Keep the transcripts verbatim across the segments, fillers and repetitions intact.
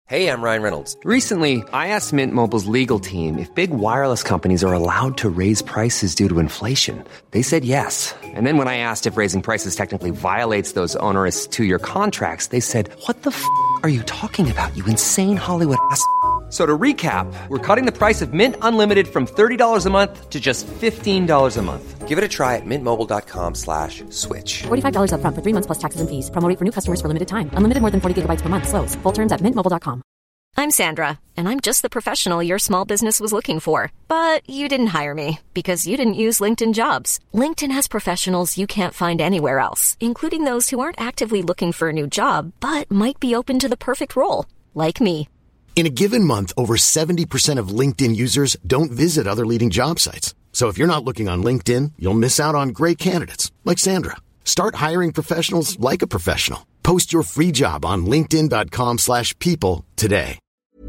Hey, I'm Ryan Reynolds. Recently, I asked Mint Mobile's legal team if big wireless companies are allowed to raise prices due to inflation. They said yes. And then when I asked if raising prices technically violates those onerous two-year contracts, they said, "What the f*** are you talking about, you insane Hollywood ass?" So to recap, we're cutting the price of Mint Unlimited from thirty dollars a month to just fifteen dollars a month. Give it a try at mintmobile.com slash switch. forty-five dollars up front for three months plus taxes and fees. Promo rate for new customers for limited time. Unlimited more than forty gigabytes per month. Slows full terms at mint mobile dot com. I'm Sandra, and I'm just the professional your small business was looking for. But you didn't hire me because you didn't use LinkedIn Jobs. LinkedIn has professionals you can't find anywhere else, including those who aren't actively looking for a new job, but might be open to the perfect role, like me. In a given month, over seventy percent of LinkedIn users don't visit other leading job sites. So if you're not looking on LinkedIn, you'll miss out on great candidates like Sandra. Start hiring professionals like a professional. Post your free job on linkedin.com slash people today.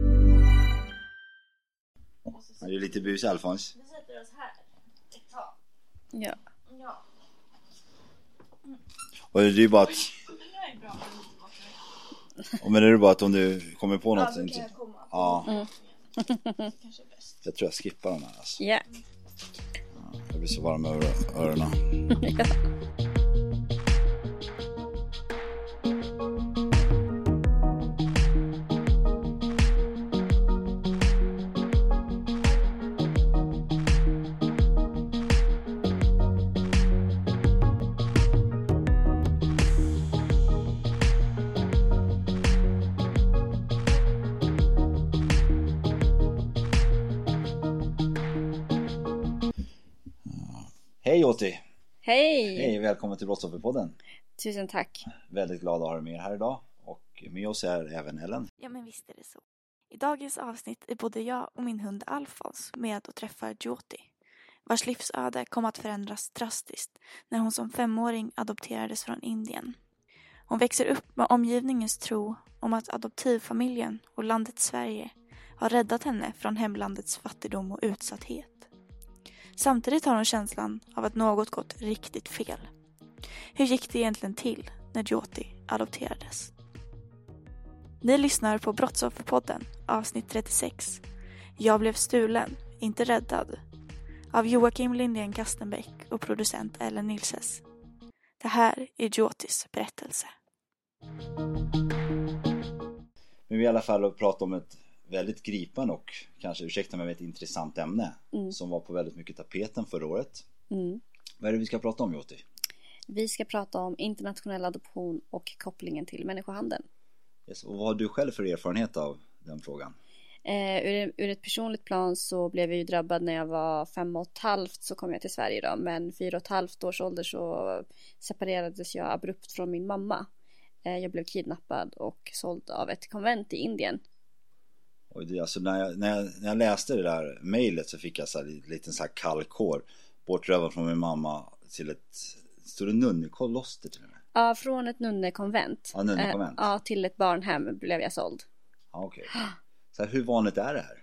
Det är lite bus, Alfons. Vi sätter oss här ett tag. Ja. Ja. Och det är ju bara att... Och men det är ju bara att om du kommer på något... Ja, då kan jag komma. Ja. Mm. Kanske är bäst. Jag tror jag skippar den här alltså. Ja. Ja, jag blir så varm över öronen. Ja. Hej Åti! Hej! Hej, välkommen till Brottsofferpodden. Tusen tack. Väldigt glad att ha dig med här idag. Och med oss är även Ellen. Ja, men visst är det så. I dagens avsnitt är både jag och min hund Alfons med och träffar Jyoti, vars livsöde kom att förändras drastiskt när hon som femåring adopterades från Indien. Hon växer upp med omgivningens tro om att adoptivfamiljen och landet Sverige har räddat henne från hemlandets fattigdom och utsatthet. Samtidigt har hon känslan av att något gått riktigt fel. Hur gick det egentligen till när Jyoti adopterades? Ni lyssnar på Brottsofferpodden, avsnitt trettiosex. Jag blev stulen, inte räddad. Av Joakim Lindén Kastenbäck och producent Ellen Nilses. Det här är Jyotis berättelse. Men vi i alla fall pratar om ett väldigt gripande och kanske, ursäkta mig, ett intressant ämne Mm. som var på väldigt mycket tapeten förra året. Mm. Vad är det vi ska prata om, Jyoti? Vi ska prata om internationell adoption och kopplingen till människohandeln. Yes. Och vad har du själv för erfarenhet av den frågan? Eh, ur, ur ett personligt plan så blev jag ju drabbad när jag var fem och ett halvt, så kom jag till Sverige då. Men fyra och ett halvt års ålder så separerades jag abrupt från min mamma. Eh, jag blev kidnappad och såld av ett konvent i Indien. Och det, alltså, när, jag, när, jag, när jag läste det där mejlet så fick jag så här, en liten så här kallkår. Bortrövad från min mamma till ett större nunnekoloster till och med. Ja, från ett nunnekonvent. Ja, nunnekonvent. Eh, ja, till ett barnhem blev jag såld. Ja, okej. Okay. Så här, hur vanligt är det här?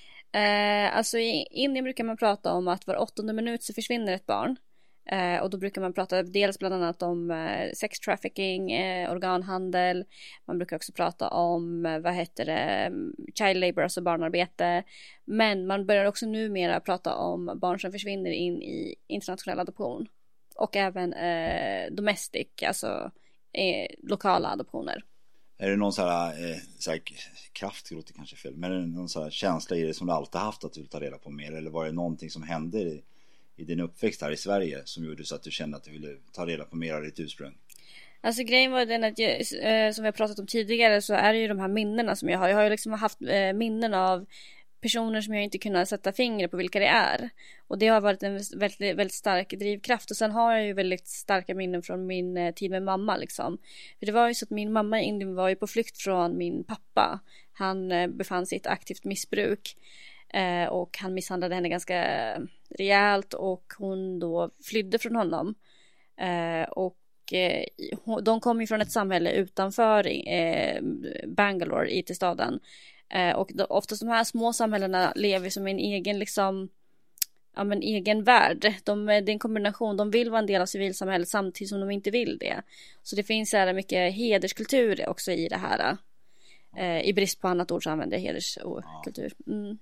Eh, alltså i Indien brukar man prata om att var åttonde minut så försvinner ett barn. Eh, och då brukar man prata dels bland annat om eh, sex trafficking, eh, organhandel. Man brukar också prata om, eh, vad heter det, child labor, alltså barnarbete. Men man börjar också numera prata om barn som försvinner in i internationell adoption. Och även eh, domestic, alltså eh, lokala adoptioner. Är det någon så här, eh, så här kraft, det låter kanske fel, men är det någon så här känsla i det som du alltid haft att du vill ta reda på mer? Eller var det någonting som hände i, i din uppväxt här i Sverige som gjorde så att du kände att du ville ta reda på mer av ditt ursprung? Alltså grejen var den att jag, eh, som vi har pratat om tidigare, så är det ju de här minnena som jag har. Jag har ju liksom haft eh, minnen av personer som jag inte kunnat sätta fingret på vilka det är. Och det har varit en väldigt, väldigt stark drivkraft. Och sen har jag ju väldigt starka minnen från min eh, tid med mamma liksom. För det var ju så att min mamma i Indien var ju på flykt från min pappa. Han eh, befann sig i ett aktivt missbruk. Eh, och han misshandlade henne ganska rejält. Och hon då flydde från honom. Eh, och eh, de kom ju från ett samhälle utanför eh, Bangalore, I T-staden. Eh, och då, oftast de här små samhällena lever som en egen liksom, ja, men egen värld. De, det är en kombination, de vill vara en del av civilsamhället samtidigt som de inte vill det. Så det finns så här mycket hederskultur också i det här. Eh, I brist på annat ord så använder jag hederskultur. Mm.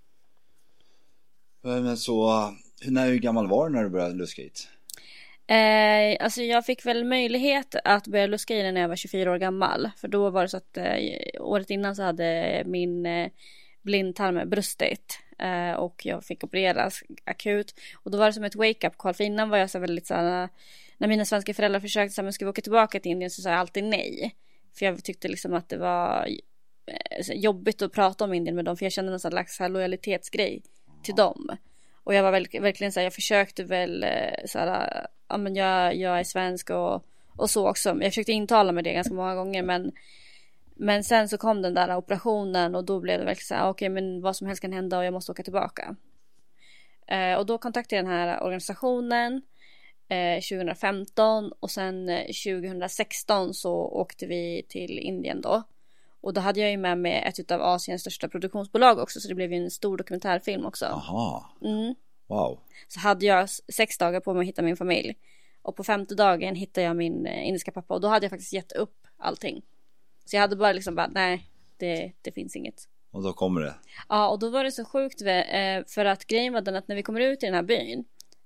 Men så, när, hur gammal var du när du började luska hit? Eh, alltså jag fick väl möjlighet att börja luska i den när jag var tjugofyra år gammal. För då var det så att eh, året innan så hade min eh, blindtarm brustit. Eh, och jag fick opereras akut. Och då var det som ett wake-up call. För innan var jag så väldigt så här, när mina svenska föräldrar försökte säga, men ska vi åka tillbaka till Indien, så sa jag alltid nej. För jag tyckte liksom att det var eh, jobbigt att prata om Indien med dem. För jag kände någon slags här lojalitetsgrej till dem. Och jag var väl, verkligen så här, jag försökte väl eh, så här, ja men jag, jag är svensk och, och så också. Jag försökte intala med det ganska många gånger, men men sen så kom den där operationen och då blev det verkligen så här, okej okay, men vad som helst kan hända och jag måste åka tillbaka. Eh, och då kontaktade jag den här organisationen eh, tjugohundrafemton och sen eh, tjugohundrasexton så åkte vi till Indien då. Och då hade jag ju med mig ett av Asiens största produktionsbolag också, så det blev ju en stor dokumentärfilm också. Aha. Mm. Wow. Så hade jag sex dagar på mig att hitta min familj. Och på femte dagen hittade jag min indiska pappa. Och då hade jag faktiskt gett upp allting. Så jag hade bara liksom bara, nej, det, det finns inget. Och då kommer det. Ja, och då var det så sjukt. För att grejen var den att när vi kommer ut i den här byn,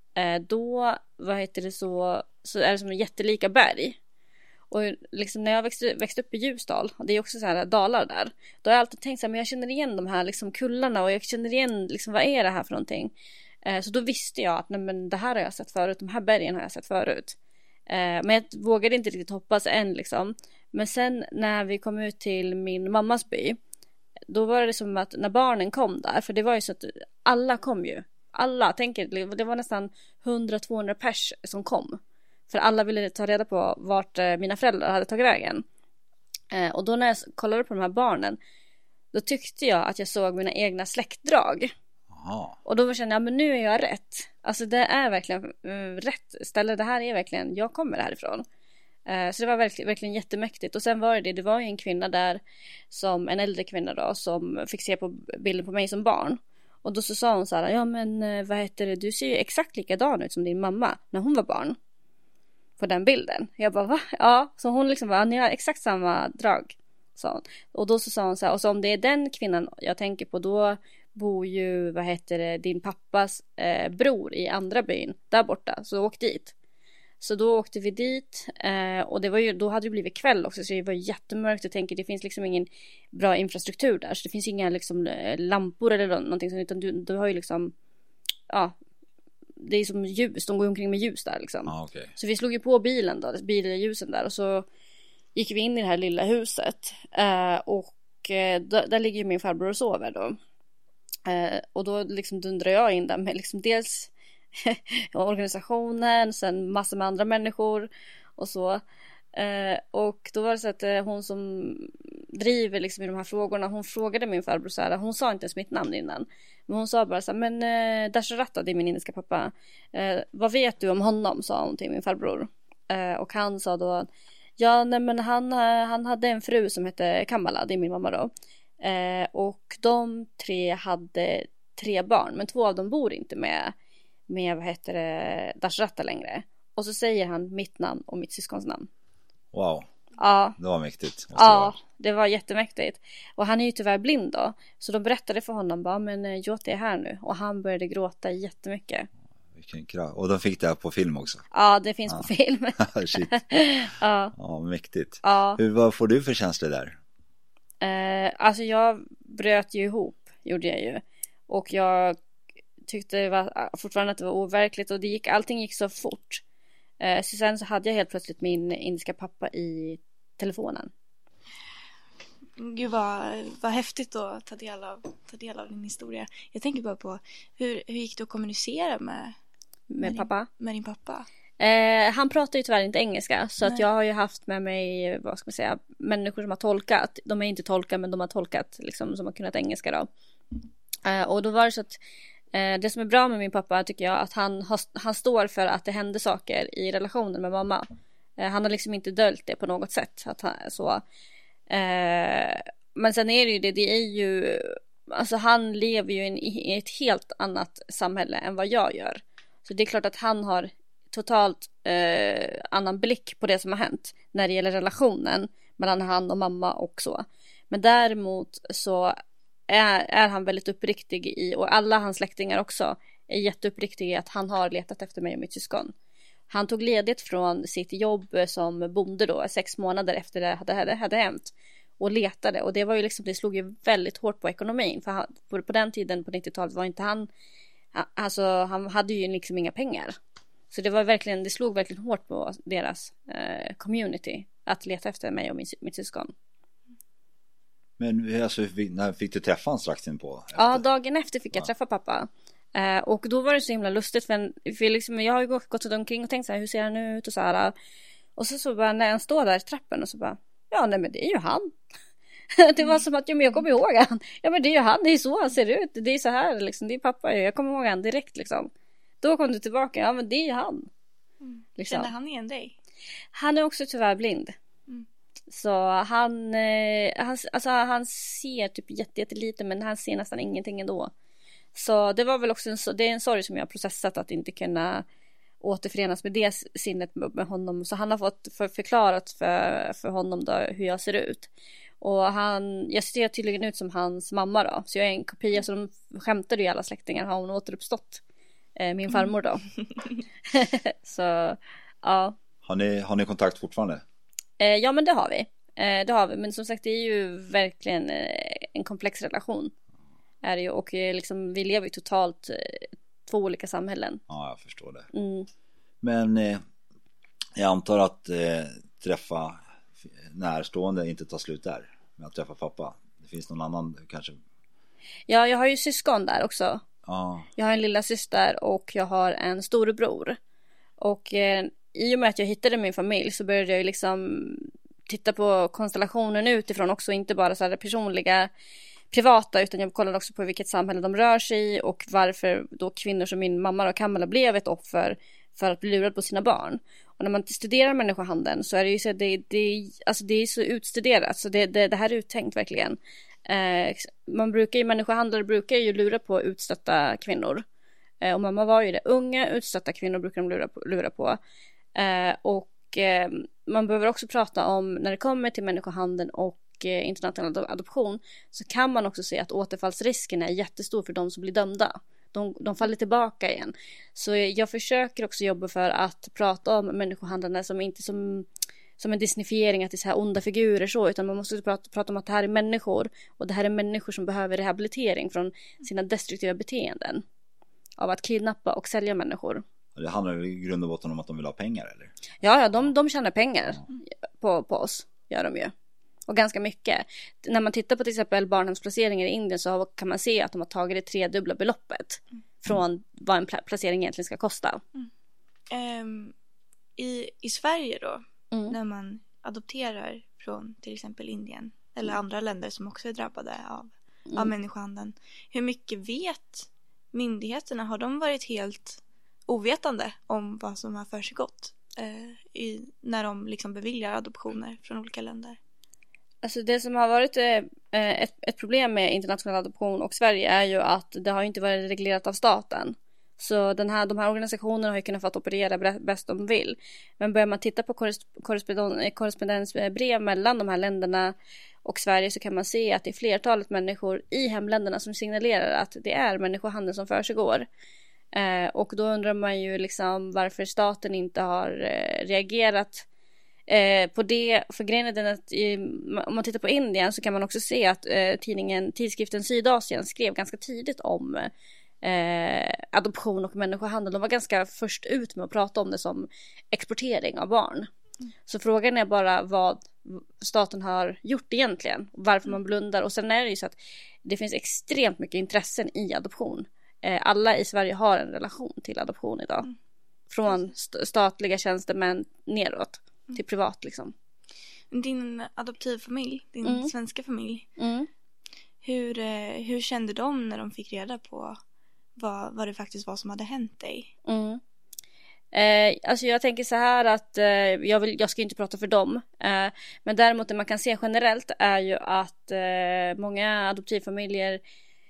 då, vad heter det så, så är det som en jättelika berg. Och liksom när jag växte, växte upp i Ljusdal, och det är också så här dalar där, då har jag alltid tänkt så här, men jag känner igen de här liksom kullarna och jag känner igen liksom, vad är det här för någonting? Eh, så då visste jag att nej, men det här har jag sett förut, de här bergen har jag sett förut. Eh, men jag vågade inte riktigt hoppas än liksom. Men sen när vi kom ut till min mammas by, då var det som att när barnen kom där, för det var ju så att alla kom ju, alla, tänker, det var nästan hundra till tvåhundra pers som kom. För alla ville ta reda på vart mina föräldrar hade tagit vägen. Eh, och då när jag kollade på de här barnen, då tyckte jag att jag såg mina egna släktdrag. Aha. Och då kände jag, men nu är jag rätt. Alltså det är verkligen uh, rätt ställe. Det här är verkligen, jag kommer härifrån. Eh, så det var verkligen, verkligen jättemäktigt. Och sen var det det, det var ju en kvinna där, som en äldre kvinna då, som fick se på bilden på mig som barn. Och då så sa hon så här, ja men vad heter det, du ser ju exakt likadan ut som din mamma när hon var barn. På den bilden. Jag bara, va? Ja. Så hon liksom bara, ni har exakt samma drag. Sa hon. Och då så sa hon så här, och så om det är den kvinnan jag tänker på, då bor ju, vad heter det, din pappas eh, bror i andra byn där borta. Så åk dit. Så då åkte vi dit. Eh, och det var ju, då hade det blivit kväll också, så det var jättemörkt. Jag tänker, det finns liksom ingen bra infrastruktur där. Så det finns inga liksom lampor eller någonting sånt, utan du, du har ju liksom, ja, det är som ljus, de går omkring med ljus där liksom. Ah, okay. Så vi slog ju på bilen då, billjusen där, och så gick vi in i det här lilla huset. Eh, och eh, där, där ligger ju min farbror och sover då. Eh, och då liksom dundrar jag in där med liksom dels organisationen, sen massor med andra människor och så. Eh, och då var det så att eh, hon som driver liksom i de här frågorna, hon frågade min farbror så här, hon sa inte ens mitt namn innan, men hon sa bara så här, men eh, Dasharatha, det är min indiska pappa, eh, vad vet du om honom, sa hon till min farbror. Eh, och han sa då, ja nej men han, han hade en fru som hette Kamala, det är min mamma då, eh, och de tre hade tre barn, men två av dem bor inte med med vad heter det, Dasharatha längre. Och så säger han mitt namn och mitt syskons namn. Wow. Ja. Det var mäktigt. Ja, det var jättemäktigt. Och han är ju tyvärr blind då. Så de berättade för honom bara, men Jyoti är här nu. Och han började gråta jättemycket. Vilken kraft. Och de fick det här på film också. Ja, det finns ja. på film. Shit. Ja. Ja, mäktigt. Ja. Hur, vad får du för känslor där? Eh, alltså jag bröt ju ihop, gjorde jag ju. Och jag tyckte det var, fortfarande att det var overkligt. Och det gick, allting gick så fort. Eh, så sen så hade jag helt plötsligt min indiska pappa i telefonen. Gud vad, vad häftigt att ta del av, ta del av din historia. Jag tänker bara på, hur, hur gick det att kommunicera med, med, med, pappa? Din, med din pappa? Eh, han pratar ju tyvärr inte engelska. Så Nej. att jag har ju haft med mig, vad ska man säga, människor som har tolkat. De är inte tolkar, men de har tolkat liksom, som har kunnat engelska då. Eh, och då var det så att eh, det som är bra med min pappa tycker jag, att han, har, han står för att det hände saker i relationen med mamma. Eh, han har liksom inte döljt det på något sätt. Att han, så... Eh, men sen är det ju det, det är ju, alltså han lever ju i ett helt annat samhälle än vad jag gör. Så det är klart att han har totalt eh, annan blick på det som har hänt när det gäller relationen mellan han och mamma och så. Men däremot så är, är han väldigt uppriktig i, och alla hans släktingar också är jätteuppriktiga i att han har letat efter mig och mitt syskon. Han tog ledigt från sitt jobb som bonde då sex månader efter det hade, hade, hade hänt och letade, och det var ju liksom, det slog ju väldigt hårt på ekonomin, för han, på, på den tiden på nittiotalet var inte han, alltså han hade ju liksom inga pengar, så det var verkligen, det slog verkligen hårt på deras eh, community att leta efter mig och min, mitt syskon. Men alltså, när fick du träffa honom strax in på? Efter? Ja, dagen efter fick jag ja. träffa pappa. Eh, och då var det så himla lustigt, för, för liksom, jag har ju gått, gått omkring och tänkt så här, hur ser han ut och så här. Och så, så bara när han står där i trappen och så bara, ja nej men det är ju han. Det var som att, ja men jag kommer ihåg han. Ja men det är ju han, det är så han ser ut. Det är så här liksom, det är pappa. Jag kommer ihåg han direkt liksom. Då kom du tillbaka, ja men det är ju han. Mm. Liksom. Känner han igen dig? Han är också tyvärr blind. Mm. Så han, eh, han, alltså, han ser typ jätte, jättelite, men han ser nästan ingenting ändå. Så det var väl också en, det är en sorg som jag har processat, att inte kunna återförenas med det sinnet med honom. Så han har fått för, förklarat för, för honom då hur jag ser ut. Och han, jag ser tydligen ut som hans mamma då. Så jag är en kopia, så de skämtade ju alla släktingar. Har hon återuppstått? Eh, min farmor då. Så ja. Har ni, har ni kontakt fortfarande? Eh, ja men det har vi. Eh, det har vi. Men som sagt, det är ju verkligen eh, en komplex relation. Är det ju. Och eh, liksom, vi lever ju totalt eh, två olika samhällen. Ja, jag förstår det. Mm. Men eh, jag antar att eh, träffa närstående inte tar slut där med att träffa pappa. Det finns någon annan kanske? Ja, jag har ju syskon där också. Ja. Jag har en lilla syster och jag har en storebror. Och eh, i och med att jag hittade min familj så började jag ju liksom titta på konstellationen utifrån också. Inte bara så här personliga, privata, utan jag kollade också på vilket samhälle de rör sig i och varför då kvinnor som min mamma och Kamala blev ett offer för att bli lurad på sina barn. Och när man studerar människohandeln så är det ju så, det, det, alltså det är så utstuderat, så det, det, det här är uttänkt verkligen. Eh, man brukar ju, människohandlare brukar ju lura på utstötta kvinnor. Eh, och mamma var ju det. Unga utstötta kvinnor brukar de lura på. Lura på. Eh, och eh, man behöver också prata om, när det kommer till människohandeln och eh, internationell adoption, så kan man också se att återfallsrisken är jättestor för de som blir dömda. De, de faller tillbaka igen. Så jag försöker också jobba för att prata om människohandlarna som inte som, som en disneyfiering, att det är så här onda figurer så, utan man måste prata, prata om att det här är människor, och det här är människor som behöver rehabilitering från sina destruktiva beteenden av att kidnappa och sälja människor. Det handlar i grund och botten om att de vill ha pengar, eller? Ja, ja de, de tjänar pengar på, på oss, gör de ju. Och ganska mycket. När man tittar på till exempel barnhemsplaceringar i Indien så kan man se att de har tagit det tredubbla beloppet mm. från vad en placering egentligen ska kosta. Mm. Um, i, I Sverige då, mm. när man adopterar från till exempel Indien eller mm. andra länder som också är drabbade av, mm. av människohandeln. Hur mycket vet myndigheterna? Har de varit helt ovetande om vad som har försiggått uh, i, när de liksom beviljar adoptioner från olika länder? Alltså det som har varit eh, ett, ett problem med internationell adoption och Sverige är ju att det har inte varit reglerat av staten. Så den här, de här organisationerna har ju kunnat fått operera bäst de vill. Men börjar man titta på korrespondens, korrespondensbrev mellan de här länderna och Sverige, så kan man se att det är flertalet människor i hemländerna som signalerar att det är människohandel som försiggår. Eh, och då undrar man ju liksom varför staten inte har eh, reagerat Eh, på det, för grejen är den att i, om man tittar på Indien så kan man också se att eh, tidningen, tidskriften Sydasien skrev ganska tidigt om eh, adoption och människohandel. De var ganska först ut med att prata om det som exportering av barn. Mm. Så frågan är bara vad staten har gjort egentligen, varför mm. man blundar. Och sen är det ju så att det finns extremt mycket intressen i adoption. Eh, alla i Sverige har en relation till adoption idag. Mm. Från st- statliga tjänstemän neråt till privat liksom. Din adoptivfamilj, din mm. svenska familj. Mm. Hur, hur kände de när de fick reda på vad, vad det faktiskt var som hade hänt dig? Mm. Eh, alltså jag tänker så här att eh, jag, vill, jag ska inte prata för dem. Eh, men däremot det man kan se generellt är ju att eh, många adoptivfamiljer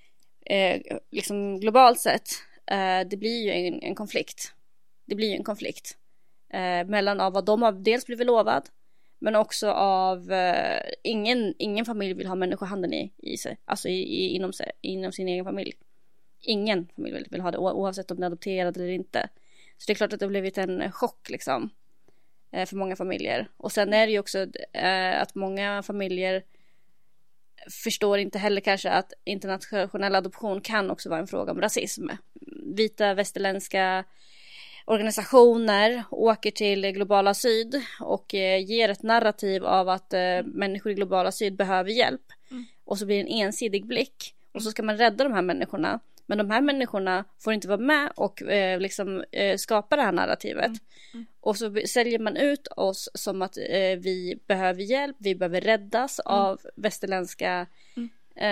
eh, liksom globalt sett eh, det blir ju en, en konflikt. Det blir ju en konflikt. Eh, mellan av vad de har dels blivit lovad, Men också av eh, ingen, ingen familj vill ha människohandeln i, i sig. Alltså i, i, inom, sig, inom sin egen familj. Ingen familj vill, vill ha det, oavsett om det är adopterad eller inte. Så det är klart att det har blivit en chock liksom, eh, för många familjer. Och sen är det ju också eh, att många familjer förstår inte heller kanske att internationell adoption kan också vara en fråga om rasism. Vita västerländska organisationer åker till globala syd och eh, ger ett narrativ av att eh, människor i globala syd behöver hjälp. Mm. Och så blir det en ensidig blick. Och så ska man rädda de här människorna. Men de här människorna får inte vara med och eh, liksom, eh, skapa det här narrativet. Mm. Mm. Och så säljer man ut oss som att eh, vi behöver hjälp, vi behöver räddas mm. av västerländska mm.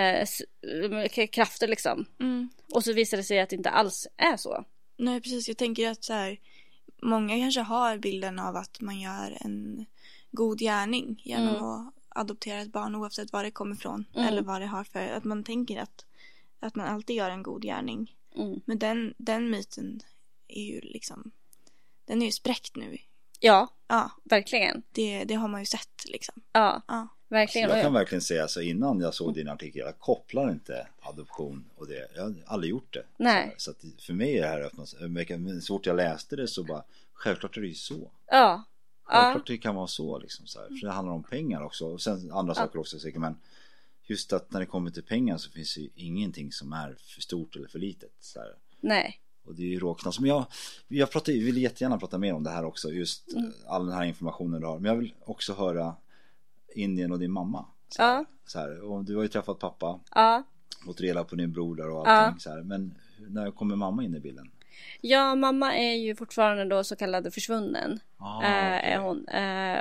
eh, krafter liksom. Mm. Och så visar det sig att det inte alls är så. Nej, precis. Jag tänker att så här, många kanske har bilden av att man gör en god gärning genom mm. att adoptera ett barn oavsett var det kommer ifrån mm. eller vad det har för, att man tänker att att man alltid gör en god gärning. Mm. Men den, den myten är ju liksom, den är ju spräckt nu. Ja, ja. Verkligen. Det, det har man ju sett liksom. Ja, ja. Verkligen. Så jag kan verkligen säga, alltså, innan jag såg din artikel, jag kopplar inte adoption och det. Jag har aldrig gjort det. Nej. Så, så att för mig är det här öppnas, så fort jag läste det så bara, självklart är det ju så. Ja. Självklart ja. det kan vara så liksom, så här. För det handlar om pengar också. Och sen andra ja. saker också säkert, men just att när det kommer till pengar så finns ju ingenting som är för stort eller för litet. Så här. Nej. Och det är ju råknas. Som jag, jag pratar, vill jättegärna prata mer om det här också. Just mm. all den här informationen du har. Men jag vill också höra Indien och din mamma. Så här, ja. så här. Och du har ju träffat pappa. Ja. Fått reda på din broder och allting. Ja. Så här. Men när kommer mamma in i bilden? Ja, mamma är ju fortfarande då så kallad försvunnen. Ah, äh, okay. är hon. Äh,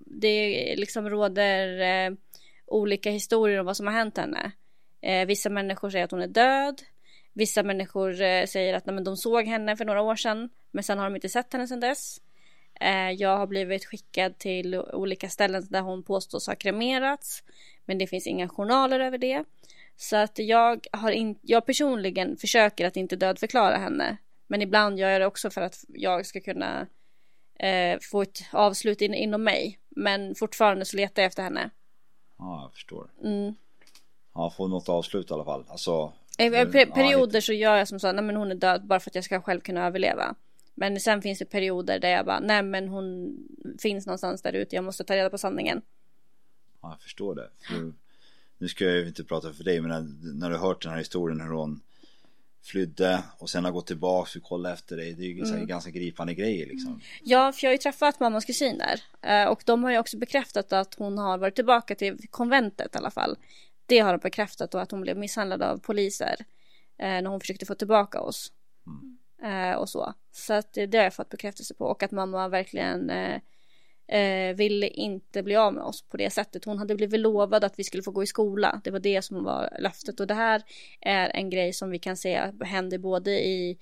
det liksom råder... Äh, olika historier om vad som har hänt henne. Eh, vissa människor säger att hon är död. Vissa människor eh, säger att nej, men de såg henne för några år sedan. Men sen har de inte sett henne sedan dess. Eh, jag har blivit skickad till olika ställen där hon påstås ha kremerats. Men det finns inga journaler över det. Så att jag, har in, jag personligen försöker att inte dödförklara henne. Men ibland gör jag det också för att jag ska kunna eh, få ett avslut in, inom mig. Men fortfarande så letar jag efter henne. Ja, jag förstår. Mm. Ja, få något avslut i alla fall. Alltså, I per- perioder så gör jag som så, nej men hon är död bara för att jag ska själv kunna överleva. Men sen finns det perioder där jag bara, nej men hon finns någonstans där ute, jag måste ta reda på sanningen. Ja, jag förstår det. För, nu ska jag inte prata för dig, men när, när du har hört den här historien hur hon flydde och sen har gått tillbaka och kollat efter dig, det är ju mm. ganska gripande grejer liksom. Ja, för jag har ju träffat mammas kusiner och de har ju också bekräftat att hon har varit tillbaka till konventet i alla fall. Det har de bekräftat, och att hon blev misshandlad av poliser när hon försökte få tillbaka oss. Mm. Och så. Så att det har jag fått bekräftelse på, och att mamma verkligen eh, ville inte bli av med oss på det sättet. Hon hade blivit lovad att vi skulle få gå i skola. Det var det som var löftet, och det här är en grej som vi kan se händer både i,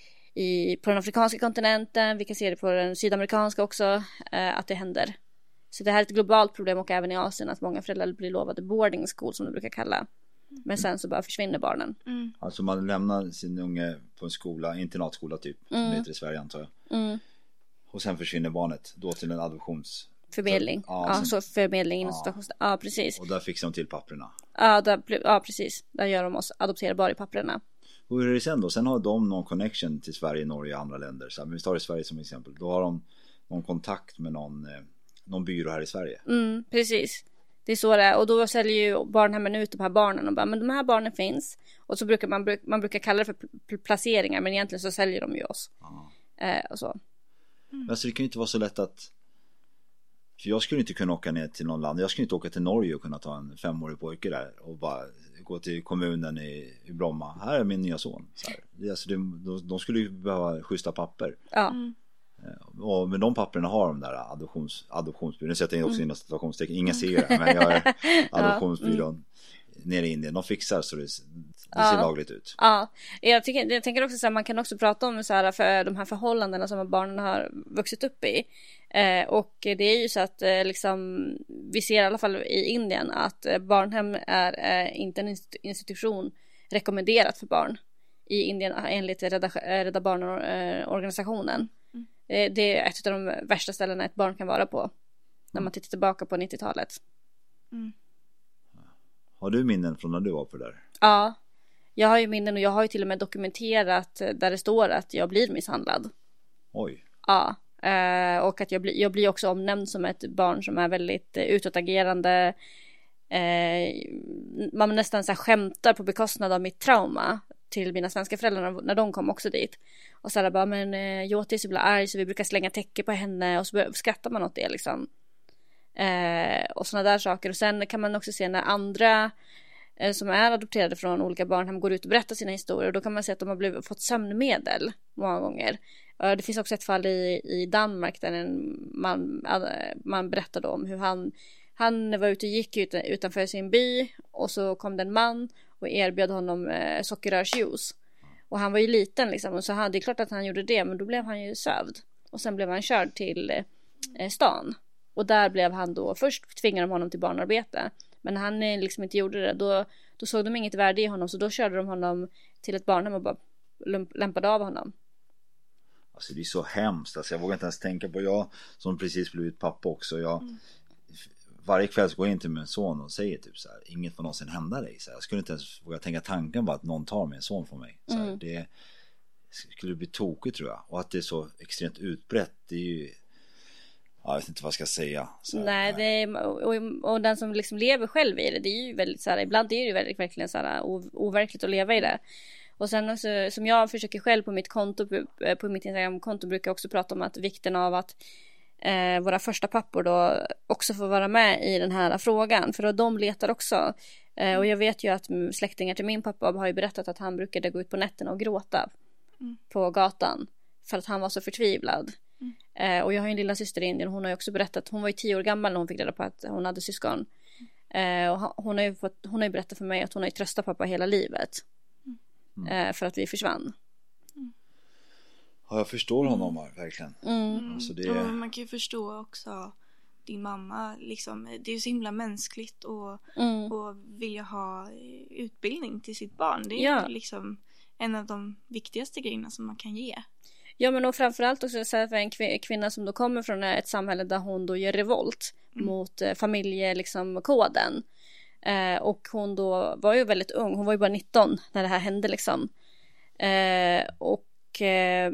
i på den afrikanska kontinenten, vi kan se det på den sydamerikanska också, eh, att det händer. Så det här är ett globalt problem, och även i Asien, att många föräldrar blir lovade boarding school som det brukar kalla. Men sen så bara försvinner barnen. Mm. Alltså man lämnar sin unge på en skola, internatskola typ, som mm. det heter i Sverige antar jag. Mm. Och sen försvinner barnet då till en adoptions... Förmedling. Ja, ja, så förmedling inom ja. ja, precis. Och där fixar de till papperna. Ja, där, ja, precis. Där gör de oss adopterbar i papperna. Och hur är det sen då? Sen har de någon connection till Sverige, Norge och andra länder. Så vi tar i Sverige som exempel. Då har de någon kontakt med någon, eh, någon byrå här i Sverige. Mm, precis. Det är så det är. Och då säljer ju barnhemmen ut de här barnen och bara, men de här barnen finns. Och så brukar man, man brukar kalla det för pl- placeringar, men egentligen så säljer de ju oss. Ja. Eh, och så. Mm. Alltså det kan ju inte vara så lätt att... För jag skulle inte kunna åka ner till någon land. Jag skulle inte åka till Norge och kunna ta en femårig pojke där och bara gå till kommunen i, i Bromma. Här är min nya son. Så här. Det, alltså det, de, de skulle ju behöva schyssta papper. Ja. Mm. Och med de papperna har de där adoptions, adoptionsbyrån. Nu sätter jag också in situationstecken. Ingen ser det, men jag är adoptionsbyrån ja. mm. nere i Indien. De fixar så det, det ja. ser lagligt ut. Ja, jag, tycker, jag tänker också så här, man kan också prata om så här, för de här förhållandena som barnen har vuxit upp i. Eh, och det är ju så att eh, liksom, vi ser i alla fall i Indien att eh, barnhem är eh, inte en institution rekommenderat för barn i Indien enligt Rädda, Rädda Barnen-organisationen. Det är ett av de värsta ställena ett barn kan vara på. när man tittar tillbaka på nittiotalet. Mm. Har du minnen från när du var på det där? Ja, jag har ju minnen och jag har ju till och med dokumenterat där det står att jag blir misshandlad. Oj. Ja, eh, och att jag, bli, jag blir också omnämnd som ett barn som är väldigt eh, utåtagerande. Eh, man nästan så här skämtar på bekostnad av mitt trauma till mina svenska föräldrar när de kom också dit. Och så här bara, men eh, Jyoti är så blir arg så vi brukar slänga täcke på henne och så skrattar man åt det liksom. Eh, och sådana där saker. Och sen kan man också se när andra eh, som är adopterade från olika barnhem går ut och berättar sina historier. Och då kan man se att de har blivit, fått sömnmedel många gånger. Eh, det finns också ett fall i, i Danmark där en man, äh, man berättade om hur han Han var ute och gick ut, utanför sin by och så kom det en man och erbjöd honom eh, sockerrörsjuice. Och han var ju liten liksom, och så han, det är klart att han gjorde det, men då blev han ju sövd. Och sen blev han körd till eh, stan. Och där blev han då, först tvingade de honom till barnarbete. Men när han eh, liksom inte gjorde det, då, då såg de inget värde i honom. Så då körde de honom till ett barnhem och bara lämpade av honom. Alltså det är så hemskt, alltså, jag vågar inte ens tänka på, jag som precis blivit pappa också, jag... Mm. Varje kväll så går jag in till min son och säger typ så här, inget får någonsin hända dig. Så här, jag skulle inte ens våga tänka tanken på att någon tar min son från mig. Så här, mm. Det skulle bli tokigt tror jag. Och att det är så extremt utbrett, det är ju... Ja, jag vet inte vad jag ska säga. Så här, nej, det är, och, och den som liksom lever själv i det, det är ju väldigt så här, ibland är det ju väldigt, verkligen så här, overkligt att leva i det. Och sen också, som jag försöker själv på mitt konto, på mitt Instagram-konto brukar jag också prata om att vikten av att Eh, våra första pappor då också får vara med i den här frågan, för då de letar också eh, och jag vet ju att släktingar till min pappa har ju berättat att han brukade gå ut på nätterna och gråta mm. på gatan för att han var så förtvivlad. mm. eh, och jag har ju en lilla syster i Indien, hon har ju också berättat, hon var ju tio år gammal när hon fick reda på att hon hade syskon. mm. eh, och hon har ju fått, hon har ju berättat för mig att hon har ju tröstat pappa hela livet mm. eh, för att vi försvann. Ja, jag förstår honom mm. verkligen. Mm. Alltså det... ja, man kan ju förstå också din mamma. Liksom, det är ju så himla mänskligt och, mm. och vilja ha utbildning till sitt barn. Det är ja. ju liksom en av de viktigaste grejerna som man kan ge. Ja, men och framförallt också så här, för en kvinna som då kommer från ett samhälle där hon då gör revolt mm. mot eh, familjekoden. Liksom, koden. eh, och hon då var ju väldigt ung. Hon var ju bara nitton när det här hände liksom. Eh, och... Eh,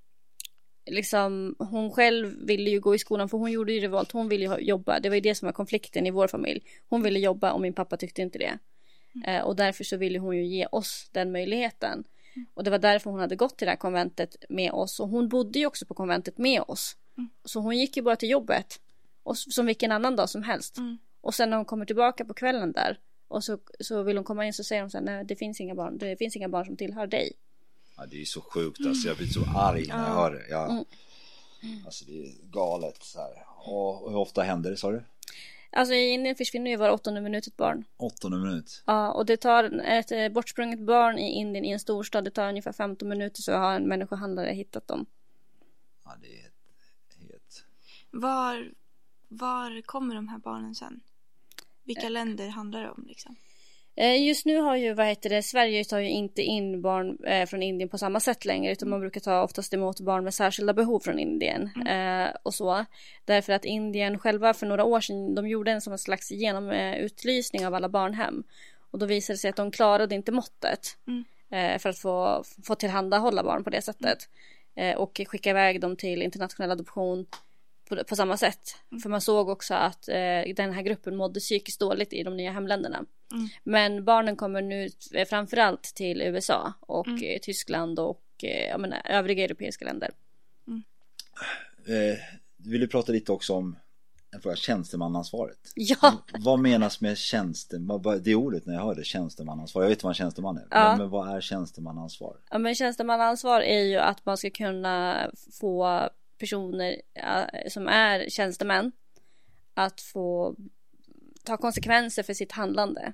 liksom, hon själv ville ju gå i skolan för hon gjorde ju revolt, hon ville ju jobba, det var ju det som var konflikten i vår familj, hon ville jobba och min pappa tyckte inte det mm. eh, och därför så ville hon ju ge oss den möjligheten mm. och det var därför hon hade gått till det här konventet med oss, och hon bodde ju också på konventet med oss mm. så hon gick ju bara till jobbet och som vilken annan dag som helst mm. och sen när hon kommer tillbaka på kvällen där och så, så vill hon komma in, så säger hon så här, nej det finns inga barn, det finns inga barn som tillhör dig. Ja, det är så sjukt, alltså jag blir så arg när jag hör det. Jag, mm. Alltså det är galet så här. Och hur ofta händer det, sa du? Alltså i Indien försvinner ju var åttonde minut ett barn. Åttonde minut? Ja, och det tar ett bortsprunget barn i Indien i en storstad, det tar ungefär femton minuter så har en människohandlare hittat dem. Ja, det är helt... helt... Var, var kommer de här barnen sen? Vilka äh. länder handlar det om liksom? Just nu har ju, vad heter det, Sverige tar ju inte in barn eh, från Indien på samma sätt längre, utan man brukar ta oftast emot barn med särskilda behov från Indien mm. eh, och så. Därför att Indien själva för några år sedan, de gjorde en som en slags genomutlysning eh, av alla barnhem. Och då visade det sig att de klarade inte måttet mm. eh, för att få, få tillhandahålla barn på det sättet. Mm. Eh, och skicka iväg dem till internationell adoption på, på samma sätt. Mm. För man såg också att eh, den här gruppen mådde psykiskt dåligt i de nya hemländerna. Mm. Men barnen kommer nu framförallt till U S A och mm. Tyskland och jag menar, övriga europeiska länder. Mm. Eh, vill du prata lite också om en fråga, tjänstemannaansvaret? Ja. Vad menas med tjänsteman? Det är ordet när jag hör det, tjänstemannaansvar. Jag vet vad en tjänsteman är. Ja. Men, men vad är tjänstemannaansvar? Ja, men tjänstemannaansvar är ju att man ska kunna få personer äh, som är tjänstemän att få ta konsekvenser för sitt handlande.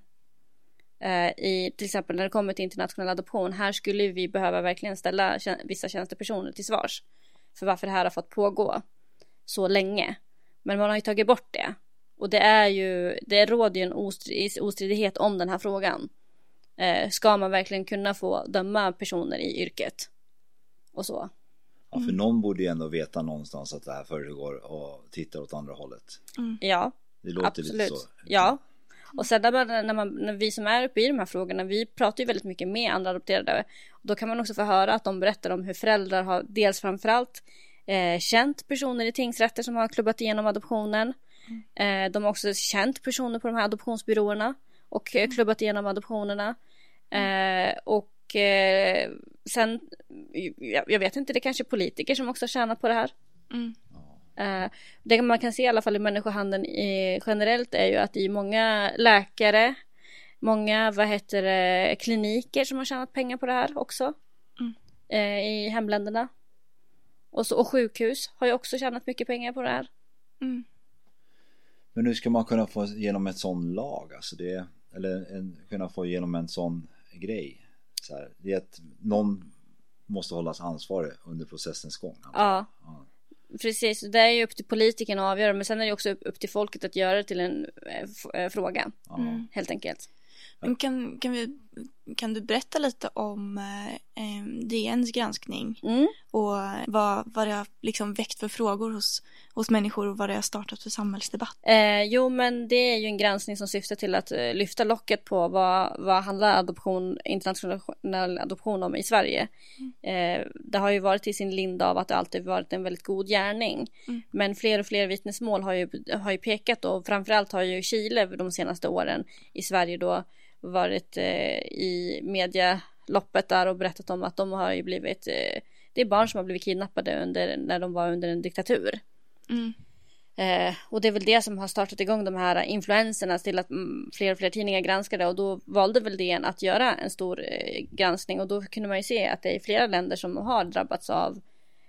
Uh, i, till exempel när det kommer till internationell adoption, här skulle vi behöva verkligen ställa tjän- vissa tjänstepersoner till svars för varför det här har fått pågå så länge. Men man har ju tagit bort det, och det är ju, det råder ju en ostrid- ostridighet om den här frågan. Uh, ska man verkligen kunna få döma personer i yrket och så? Ja, för någon borde ju ändå veta någonstans att det här föregår och tittar åt andra hållet. Mm. Ja, det låter absolut. Lite så. Ja, och sen när, man, när, man, när vi som är uppe i de här frågorna, vi pratar ju väldigt mycket med andra adopterade. Och då kan man också få höra att de berättar om hur föräldrar har dels framförallt eh, känt personer i tingsrätter som har klubbat igenom adoptionen. Mm. Eh, de har också känt personer på de här adoptionsbyråerna och eh, klubbat igenom adoptionerna. Eh, och eh, sen, jag, jag vet inte, det är kanske politiker som också har tjänat på det här. Mm. Uh, det man kan se i alla fall i människohandeln i, generellt är ju att det är många läkare, många vad heter det, kliniker som har tjänat pengar på det här också. Mm. uh, i hemländerna och, så, och sjukhus har ju också tjänat mycket pengar på det här. Mm. Men nu ska man kunna få igenom ett sån lag, alltså det, eller en, kunna få igenom en sån grej så här, det är att någon måste hållas ansvarig under processens gång. Alltså. Ja. ja Precis, det är ju upp till politiken att avgöra, men sen är det också upp, upp till folket att göra det till en äh, f- äh, fråga, mm. helt enkelt. Men kan, kan, vi, kan du berätta lite om eh, D N:s granskning mm. och vad, vad det har liksom väckt för frågor hos, hos människor och vad det har startat för samhällsdebatt? Eh, jo, men det är ju en granskning som syftar till att eh, lyfta locket på vad, vad handlar adoption, internationell adoption om i Sverige. Mm. Eh, det har ju varit i sin linda av att det alltid varit en väldigt god gärning. Mm. Men fler och fler vittnesmål har ju, har ju pekat, och framförallt har ju Chile de senaste åren i Sverige då varit eh, i medialoppet där och berättat om att de har ju blivit eh, det är barn som har blivit kidnappade under, när de var under en diktatur. Mm. Eh, och det är väl det som har startat igång de här influenserna till att mm, fler och fler tidningar granskade, och då valde väl D N att göra en stor eh, granskning, och då kunde man ju se att det är flera länder som har drabbats av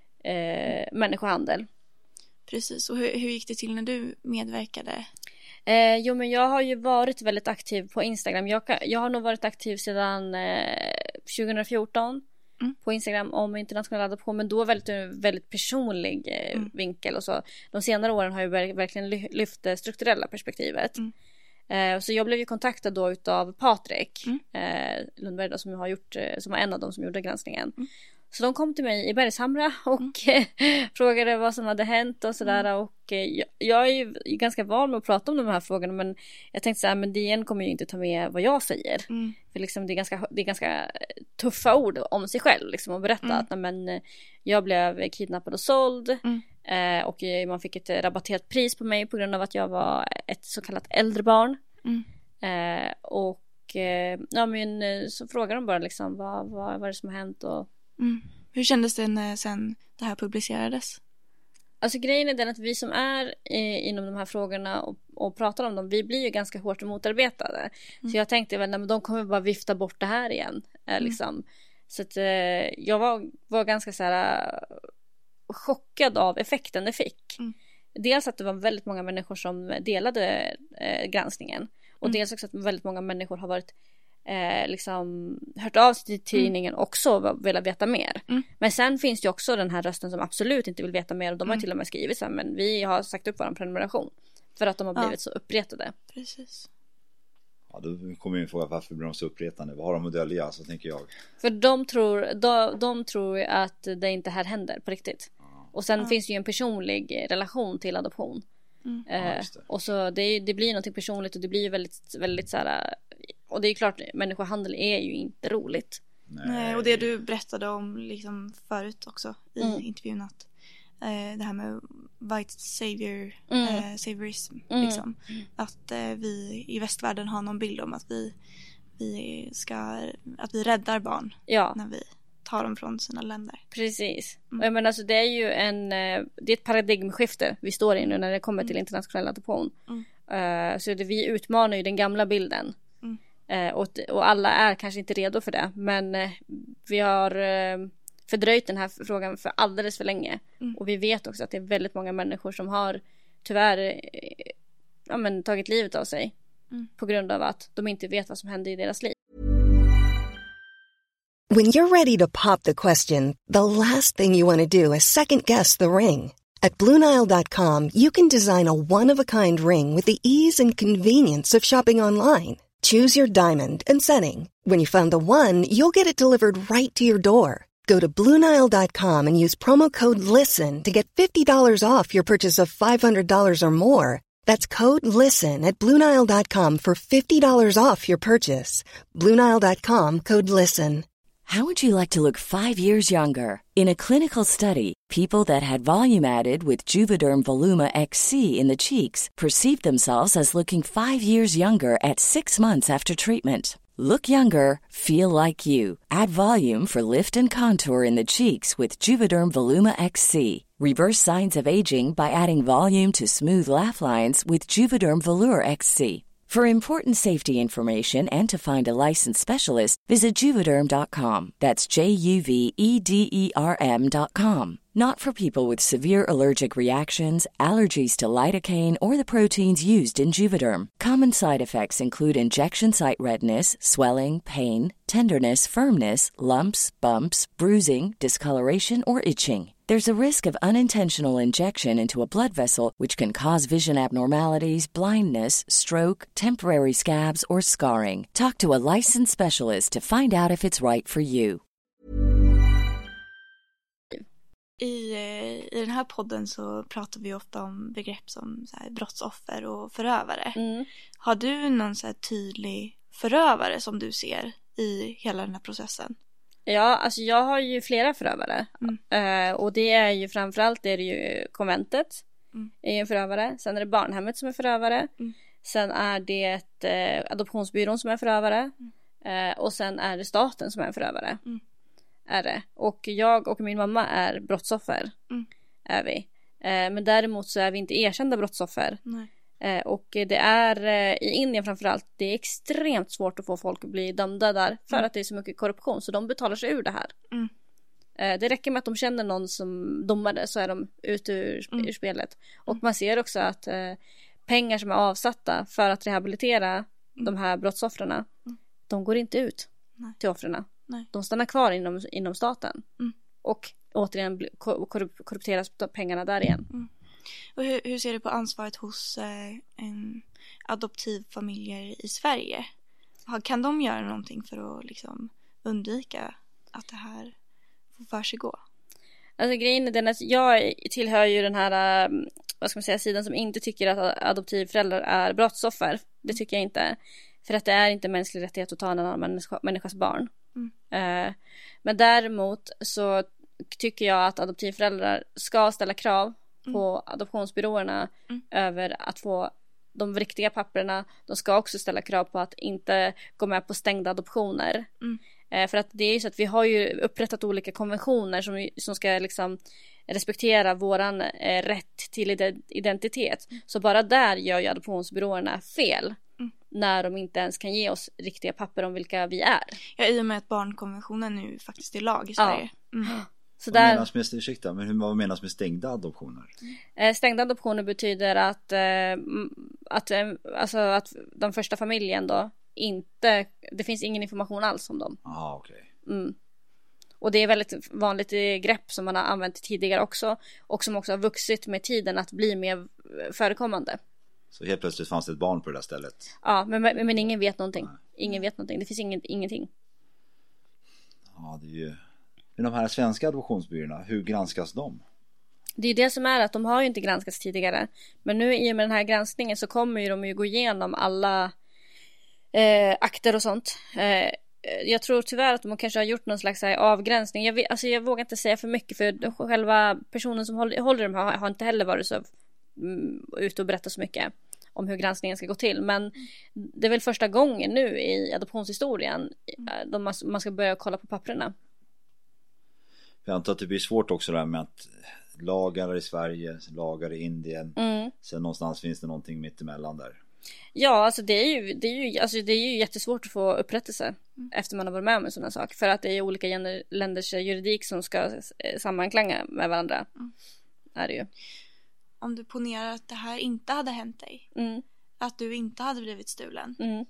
eh, människohandel. Precis, och hur, hur gick det till när du medverkade? Eh, jo, men jag har ju varit väldigt aktiv på Instagram. Jag, jag har nog varit aktiv sedan eh, tjugo fjorton mm. på Instagram om internationell adoption, men då väldigt, väldigt personlig eh, mm. vinkel. Och så. De senare åren har jag verkligen lyft det strukturella perspektivet. Mm. Eh, så jag blev ju kontaktad då utav Patrik mm. eh, Lundberg då, som har gjort, som var en av dem som gjorde granskningen. Mm. Så de kom till mig i Bergshamra och mm. frågade vad som hade hänt och sådär. Mm. Och jag, jag är ju ganska van med att prata om de här frågorna, men jag tänkte så här, men D N kommer ju inte ta med vad jag säger. Mm. För liksom det är ganska, det är ganska tuffa ord om sig själv liksom, och berätta mm. att men, jag blev kidnappad och såld. Mm. Eh, och man fick ett rabatterat pris på mig på grund av att jag var ett så kallat äldrebarn. Mm. Eh, och eh, ja, men, så frågade de bara liksom, vad, vad, vad är det som har hänt och Mm. Hur kändes det när sen det här publicerades? Alltså grejen är den att vi som är eh, inom de här frågorna och, och pratar om dem, vi blir ju ganska hårt motarbetade. Mm. Så jag tänkte väl, nej, men de kommer bara vifta bort det här igen. Eh, mm. liksom. Så att, eh, jag var, var ganska så här, uh, chockad av effekten det fick. Mm. Dels att det var väldigt många människor som delade eh, granskningen. Och mm. dels också att väldigt många människor har varit Eh, liksom hört av sig till tidningen mm. också vill veta mer. Mm. Men sen finns det ju också den här rösten som absolut inte vill veta mer, och de har mm. till och med skrivit så här, men vi har sagt upp vår prenumeration för att de har blivit ja. så uppretade. Precis. Ja, då kommer ju en fråga, varför blir de så uppretande? Vad har de att dölja, så tänker jag. För de tror, de, de tror att det inte här händer på riktigt. Ja. Och sen ja. finns det ju en personlig relation till adoption. Mm. Eh, ja, och så det, det blir något personligt, och det blir ju väldigt, väldigt så här. Och det är klart, människohandel är ju inte roligt. Nej, Nej och det du berättade om liksom förut också i mm. intervjun, att eh, det här med white savior, mm. eh, saviorism, mm. liksom. Mm. Att eh, vi i västvärlden har någon bild om att vi, vi ska, att vi räddar barn ja. när vi tar dem från sina länder. Precis. Mm. Och jag menar, alltså, det är ju en, det är ett paradigmskifte vi står i nu när det kommer till internationell adoption. Mm. Uh, så det, vi utmanar ju den gamla bilden. Mm. Uh, och, och alla är kanske inte redo för det, men uh, vi har uh, fördröjt den här frågan för alldeles för länge. Mm. Och vi vet också att det är väldigt många människor som har tyvärr uh, ja, men, tagit livet av sig mm. på grund av att de inte vet vad som händer i deras liv. When you're ready to pop the question, the last thing you want to do is second guess the ring. At Blue Nile dot com, you can design a one-of-a-kind ring with the ease and convenience of shopping online. Choose your diamond and setting. When you find the one, you'll get it delivered right to your door. Go to Blue Nile dot com and use promo code LISTEN to get fifty dollars off your purchase of five hundred dollars or more. That's code LISTEN at Blue Nile dot com for fifty dollars off your purchase. Blue Nile dot com, code LISTEN. How would you like to look five years younger? In a clinical study, people that had volume added with Juvederm Voluma X C in the cheeks perceived themselves as looking five years younger at six months after treatment. Look younger, feel like you. Add volume for lift and contour in the cheeks with Juvederm Voluma X C. Reverse signs of aging by adding volume to smooth laugh lines with Juvederm Volure X C. For important safety information and to find a licensed specialist, visit Juvederm dot com. That's J U V E D E R M dot com. Not for people with severe allergic reactions, allergies to lidocaine, or the proteins used in Juvederm. Common side effects include injection site redness, swelling, pain, tenderness, firmness, lumps, bumps, bruising, discoloration, or itching. There's a risk of unintentional injection into a blood vessel, which can cause vision abnormalities, blindness, stroke, temporary scabs, or scarring. Talk to a licensed specialist to find out if it's right for you. I, I den här podden så pratar vi ofta om begrepp som så här, brottsoffer och förövare. Mm. Har du någon så här tydlig förövare som du ser i hela den här processen? Ja, alltså jag har ju flera förövare. Mm. Uh, och det är ju framförallt är det ju konventet mm. är en förövare. Sen är det barnhemmet som är förövare. Mm. Sen är det uh, adoptionsbyrån som är förövare. Mm. Uh, och sen är det staten som är förövare. Mm. Är det. Och jag och min mamma är brottsoffer. Mm. Är vi. Uh, men däremot så är vi inte erkända brottsoffer. Nej. Uh, och det är uh, i Indien framförallt, det är extremt svårt att få folk att bli dömda där. För mm. att det är så mycket korruption. Så de betalar sig ur det här. Mm. Uh, det räcker med att de känner någon som domare, så är de ute ur, mm. ur spelet. Och man ser också att uh, pengar som är avsatta för att rehabilitera mm. de här brottsoffrena, mm. de går inte ut Nej. till offrena. Nej. De stannar kvar inom, inom staten. Mm. Och återigen korrup- korrupteras pengarna där igen. Mm. Och hur, hur ser du på ansvaret hos eh, en adoptivfamiljer i Sverige? Kan de göra någonting för att liksom undvika att det här får för sig gå? Alltså grejen är den att jag tillhör ju den här, vad ska man säga, sidan som inte tycker att adoptivföräldrar är brottsoffer. Det tycker jag inte. För att det är inte mänsklig rättighet att ta en annan människa, människas barn. Mm. Uh, men däremot så tycker jag att adoptivföräldrar ska ställa krav mm. på adoptionsbyråerna mm. över att få de riktiga papperna. De ska också ställa krav på att inte gå med på stängda adoptioner. Mm. Uh, för att det är ju så att vi har ju upprättat olika konventioner som, som ska liksom respektera våran eh, rätt till identitet. Mm. Så bara där gör ju adoptionsbyråerna fel. Mm. När de inte ens kan ge oss riktiga papper om vilka vi är. Ja, i och med att barnkonventionen nu faktiskt är lag i Sverige. Ja. Mm. Så vad där... menas med, ursäkta, men hur, vad menas med stängda adoptioner? Eh, stängda adoptioner betyder att, eh, att, eh, alltså att den första familjen då inte, det finns ingen information alls om dem. Ah, okej. Okay. Mm. Och det är väldigt vanligt grepp som man har använt tidigare också. Och som också har vuxit med tiden att bli mer förekommande. Så helt plötsligt fanns det ett barn på det där stället? Ja, men, men ingen vet någonting. Nej. Ingen vet någonting. Det finns ingen, ingenting. Ja, det är ju... Men de här svenska adoptionsbyråerna, hur granskas de? Det är det som är att de har ju inte granskats tidigare. Men nu i och med den här granskningen så kommer ju de ju gå igenom alla eh, akter och sånt. Eh, jag tror tyvärr att de kanske har gjort någon slags här, avgränsning. Jag, vet, alltså, jag vågar inte säga för mycket, för själva personen som håller, håller dem har, har inte heller varit så mm, ute och berättat så mycket om hur granskningen ska gå till. Men det är väl första gången nu i adoptionshistorien då man, man ska börja kolla på papperna. Jag antar att det blir svårt också där med att lagar i Sverige, lagar i Indien. Mm. Sen någonstans finns det någonting mitt emellan där. Ja, alltså det är ju, det är ju, alltså det är ju jättesvårt att få upprättelse mm. efter man har varit med om en sån här sak. För att det är olika länders juridik som ska sammanklanga med varandra. Mm. Är det ju. Om du ponerar att det här inte hade hänt dig. Mm. Att du inte hade blivit stulen. Mm.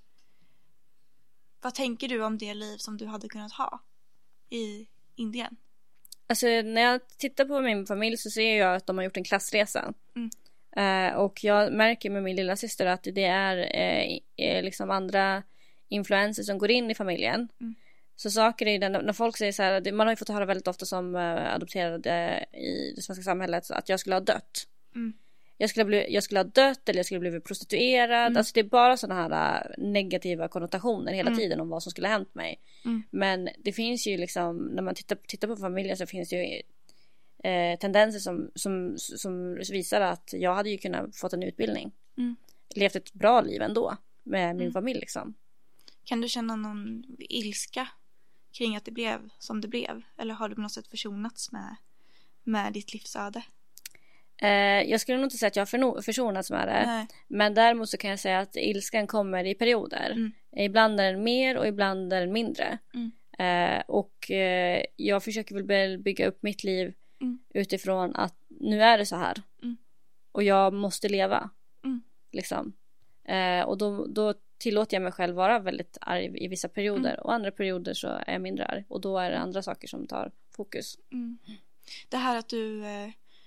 Vad tänker du om det liv som du hade kunnat ha i Indien? Alltså när jag tittar på min familj så ser jag att de har gjort en klassresa. Mm. Uh, och jag märker med min lilla syster att det är uh, liksom andra influenser som går in i familjen. Mm. Så saker är den, när folk säger så här, man har ju fått höra väldigt ofta som uh, adopterade i det svenska samhället att jag skulle ha dött. Mm. Jag skulle, bli, jag skulle ha dött eller jag skulle bli prostituerad. Mm. Alltså det är bara sådana här uh, negativa konnotationer hela mm. tiden om vad som skulle ha hänt mig. Mm. Men det finns ju liksom, när man tittar, tittar på familjen så finns det ju eh, tendenser som, som, som visar att jag hade ju kunnat fått en utbildning. Mm. Levt ett bra liv ändå med min mm. familj liksom. Kan du känna någon ilska kring att det blev som det blev? Eller har du på något sätt försonats med, med ditt livsöde? Eh, jag skulle nog inte säga att jag har försonats med det. Nej. Men däremot så kan jag säga att ilskan kommer i perioder. Mm. Ibland är den mer och ibland är den mindre. Mm. Eh, och eh, jag försöker väl bygga upp mitt liv mm. utifrån att nu är det så här. Mm. Och jag måste leva. Mm. Liksom. Eh, och då, då tillåter jag mig själv vara väldigt arg i vissa perioder. Mm. Och andra perioder så är jag mindre arg. Och då är det andra saker som tar fokus. Mm. Det här att du eh,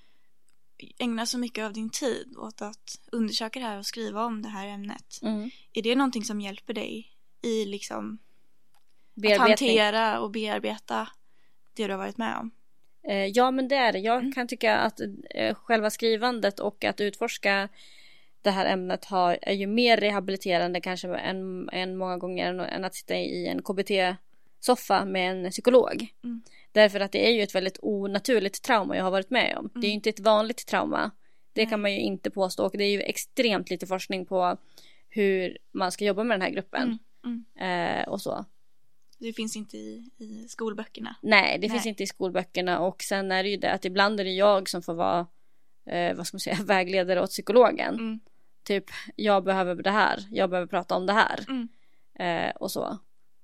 ägnar så mycket av din tid åt att undersöka det här och skriva om det här ämnet. Mm. Är det någonting som hjälper dig i liksom att hantera och bearbeta det du har varit med om? Eh, ja, men det är det. Jag mm. kan tycka att eh, själva skrivandet och att utforska det här ämnet har, är ju mer rehabiliterande kanske än, än många gånger än, än att sitta i en K B T-soffa med en psykolog. Mm. Därför att det är ju ett väldigt onaturligt trauma jag har varit med om. Mm. Det är ju inte ett vanligt trauma. Det Nej. kan man ju inte påstå. Och det är ju extremt lite forskning på hur man ska jobba med den här gruppen. Mm. Mm. Eh, och så. Det finns inte i, i skolböckerna. Nej, det Nej. finns inte i skolböckerna. Och sen är det ju det att ibland är det jag som får vara eh, vad ska man säga, vägledare åt psykologen. Mm. Typ, jag behöver det här. Jag behöver prata om det här. Mm. Eh, och så.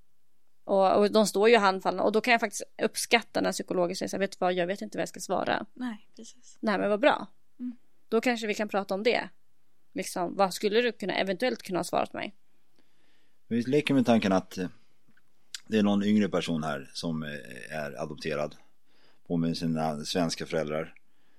Och, och de står ju handfallna. Och då kan jag faktiskt uppskatta när psykologer säger så här, vet du vad, jag vet inte vad jag ska svara. Nej, precis. Nej, men vad bra. Mm. Då kanske vi kan prata om det. Liksom, vad skulle du kunna eventuellt kunna ha svarat mig? Vi leker med tanken att det är någon yngre person här som är adopterad på med sina svenska föräldrar.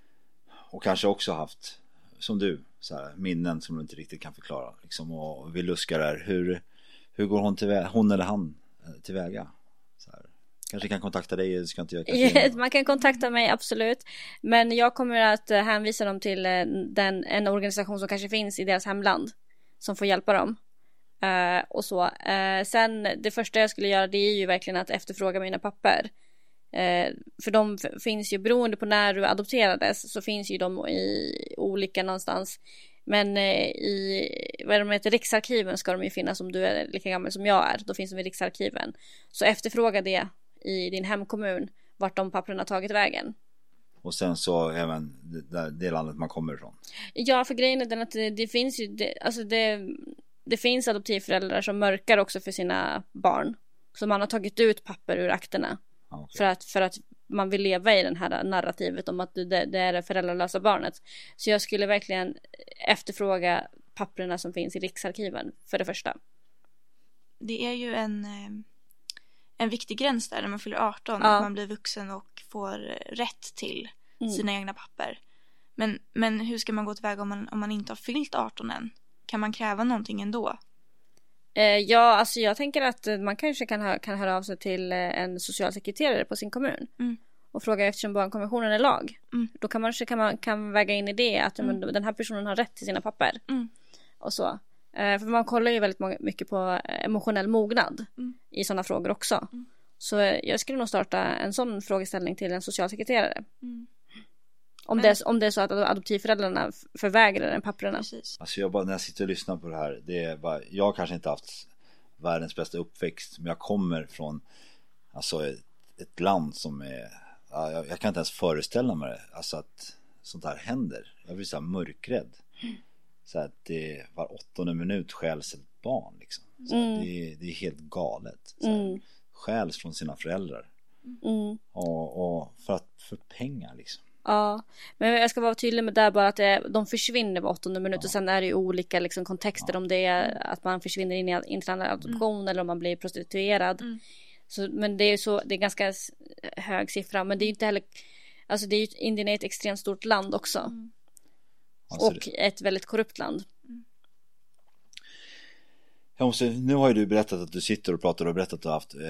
Och kanske också haft, som du, så här, minnen som du inte riktigt kan förklara. Liksom, och vi luskar där. Hur, hur går hon, tillväga, hon eller han tillväga? Så här. Kanske kan kontakta dig, ska inte jag kanske man kan kontakta mig, absolut. Men jag kommer att hänvisa dem till den, en organisation som kanske finns i deras hemland som får hjälpa dem. Uh, och så. Uh, sen det första jag skulle göra, det är ju verkligen att efterfråga mina papper. Uh, för de f- finns ju, beroende på när du adopterades, så finns ju de i olika någonstans. Men uh, i vad de heter, Riksarkiven ska de ju finnas om du är lika gammal som jag är. Då finns de i Riksarkiven. Så efterfråga det i din hemkommun, vart de papperna tagit vägen. Och sen så även det, det landet man kommer ifrån. Ja, för grejen är den att det, det finns ju det, alltså det, det finns adoptivföräldrar som mörkar också för sina barn. Så man har tagit ut papper ur akterna. Okay. För att, för att man vill leva i den här narrativet om att det, det är det föräldralösa barnet. Så jag skulle verkligen efterfråga papperna som finns i Riksarkiven för det första. Det är ju en, en viktig gräns där när man fyller arton. Ja. Att man blir vuxen och får rätt till mm. sina egna papper. Men, men hur ska man gå tillväga om man, om man inte har fyllt arton än? Kan man kräva någonting ändå? Eh, ja, alltså jag tänker att man kanske kan, hö- kan höra av sig till en socialsekreterare på sin kommun. Mm. Och fråga eftersom barnkonventionen är lag. Mm. Då kan man, kan man kan väga in i det att mm. men, den här personen har rätt till sina papper. Mm. Och så. Eh, för man kollar ju väldigt många, mycket på emotionell mognad mm. i sådana frågor också. Mm. Så jag skulle nog starta en sån frågeställning till en socialsekreterare. Mm. Om, Men... det är, om det är så att adoptivföräldrarna förvägrar den papperna. Precis. Alltså jag bara, när jag sitter och lyssnar på det här, det är bara, jag har kanske inte haft världens bästa uppväxt, men jag kommer från alltså ett, ett land som är, ja, jag, jag kan inte ens föreställa mig det, alltså att sånt här händer. Jag blir så här mörkrädd. Mm. Så att det var åttonde minut skäls ett barn liksom. Så mm. det, det är helt galet. Så här, mm. skäls från sina föräldrar. Mm. Och, och för att för pengar liksom. Ja, men jag ska vara tydlig med det bara att det, de försvinner var åttonde minut. Ja. Och sen är det ju olika liksom, kontexter, ja. Om det är att man försvinner in i internationell adoption mm. eller om man blir prostituerad. Mm. Så, men det är ju så, det är ganska hög siffra, men det är ju inte heller, alltså det är ju, Indien är ett extremt stort land också. Mm. Och det... ett väldigt korrupt land. Mm. Jag måste, nu har ju du berättat att du sitter och pratar och berättat att du har haft eh,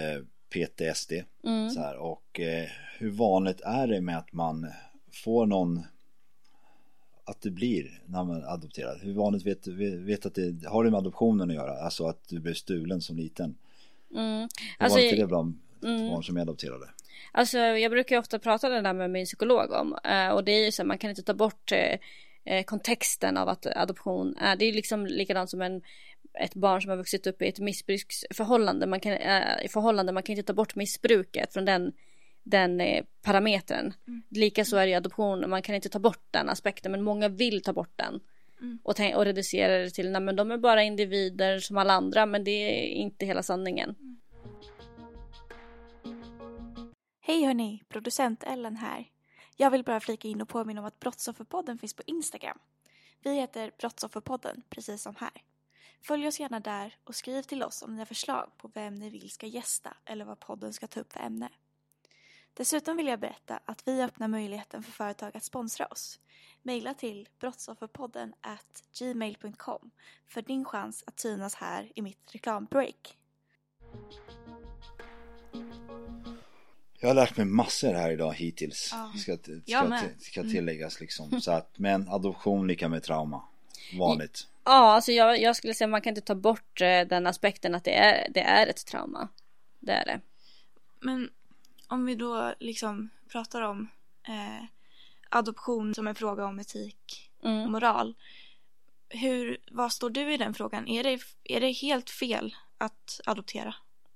P T S D. Mm. Så här, och eh, hur vanligt är det med att man får någon, att det blir när man adopterar? Hur vanligt vet du vet att det har det med adoptionen att göra? Alltså att du blev stulen som liten. Mm. Hur Alltså, vanligt är det bland mm. barn som är adopterade? Alltså jag brukar ju ofta prata det där med min psykolog om, och det är ju så att man kan inte ta bort kontexten av att adoption är, det är liksom likadant som en, ett barn som har vuxit upp i ett missbruksförhållande. Man kan, äh, i förhållande, man kan inte ta bort missbruket från den, den eh, parametern. Mm. Lika så är det i adoption, man kan inte ta bort den aspekten, men många vill ta bort den. Mm. Och, tänk, och reducera det till, nej men de är bara individer som alla andra, men det är inte hela sanningen. Mm. Hej hörni, producent Ellen här. Jag vill bara flika in och påminna om att Brottsofferpodden finns på Instagram. Vi heter Brottsofferpodden, precis som här. Följ oss gärna där och skriv till oss om ni har förslag på vem ni vill ska gästa eller vad podden ska ta upp för ämne. Dessutom vill jag berätta att vi öppnar möjligheten för företag att sponsra oss. Maila till brottsofferpodden at gmail dot com för din chans att synas här i mitt reklambreak. Jag har lärt mig massor här idag hittills. Ja. Ska, ska, ska tilläggas liksom. Så att, men adoption lika med trauma. Vanligt. Ja, alltså jag, jag skulle säga att man kan inte ta bort den aspekten att det är, det är ett trauma. Det är det. Men om vi då liksom pratar om eh, adoption som en fråga om etik mm. och moral. Hur, vad står du i den frågan? Är det, är det helt fel att adoptera?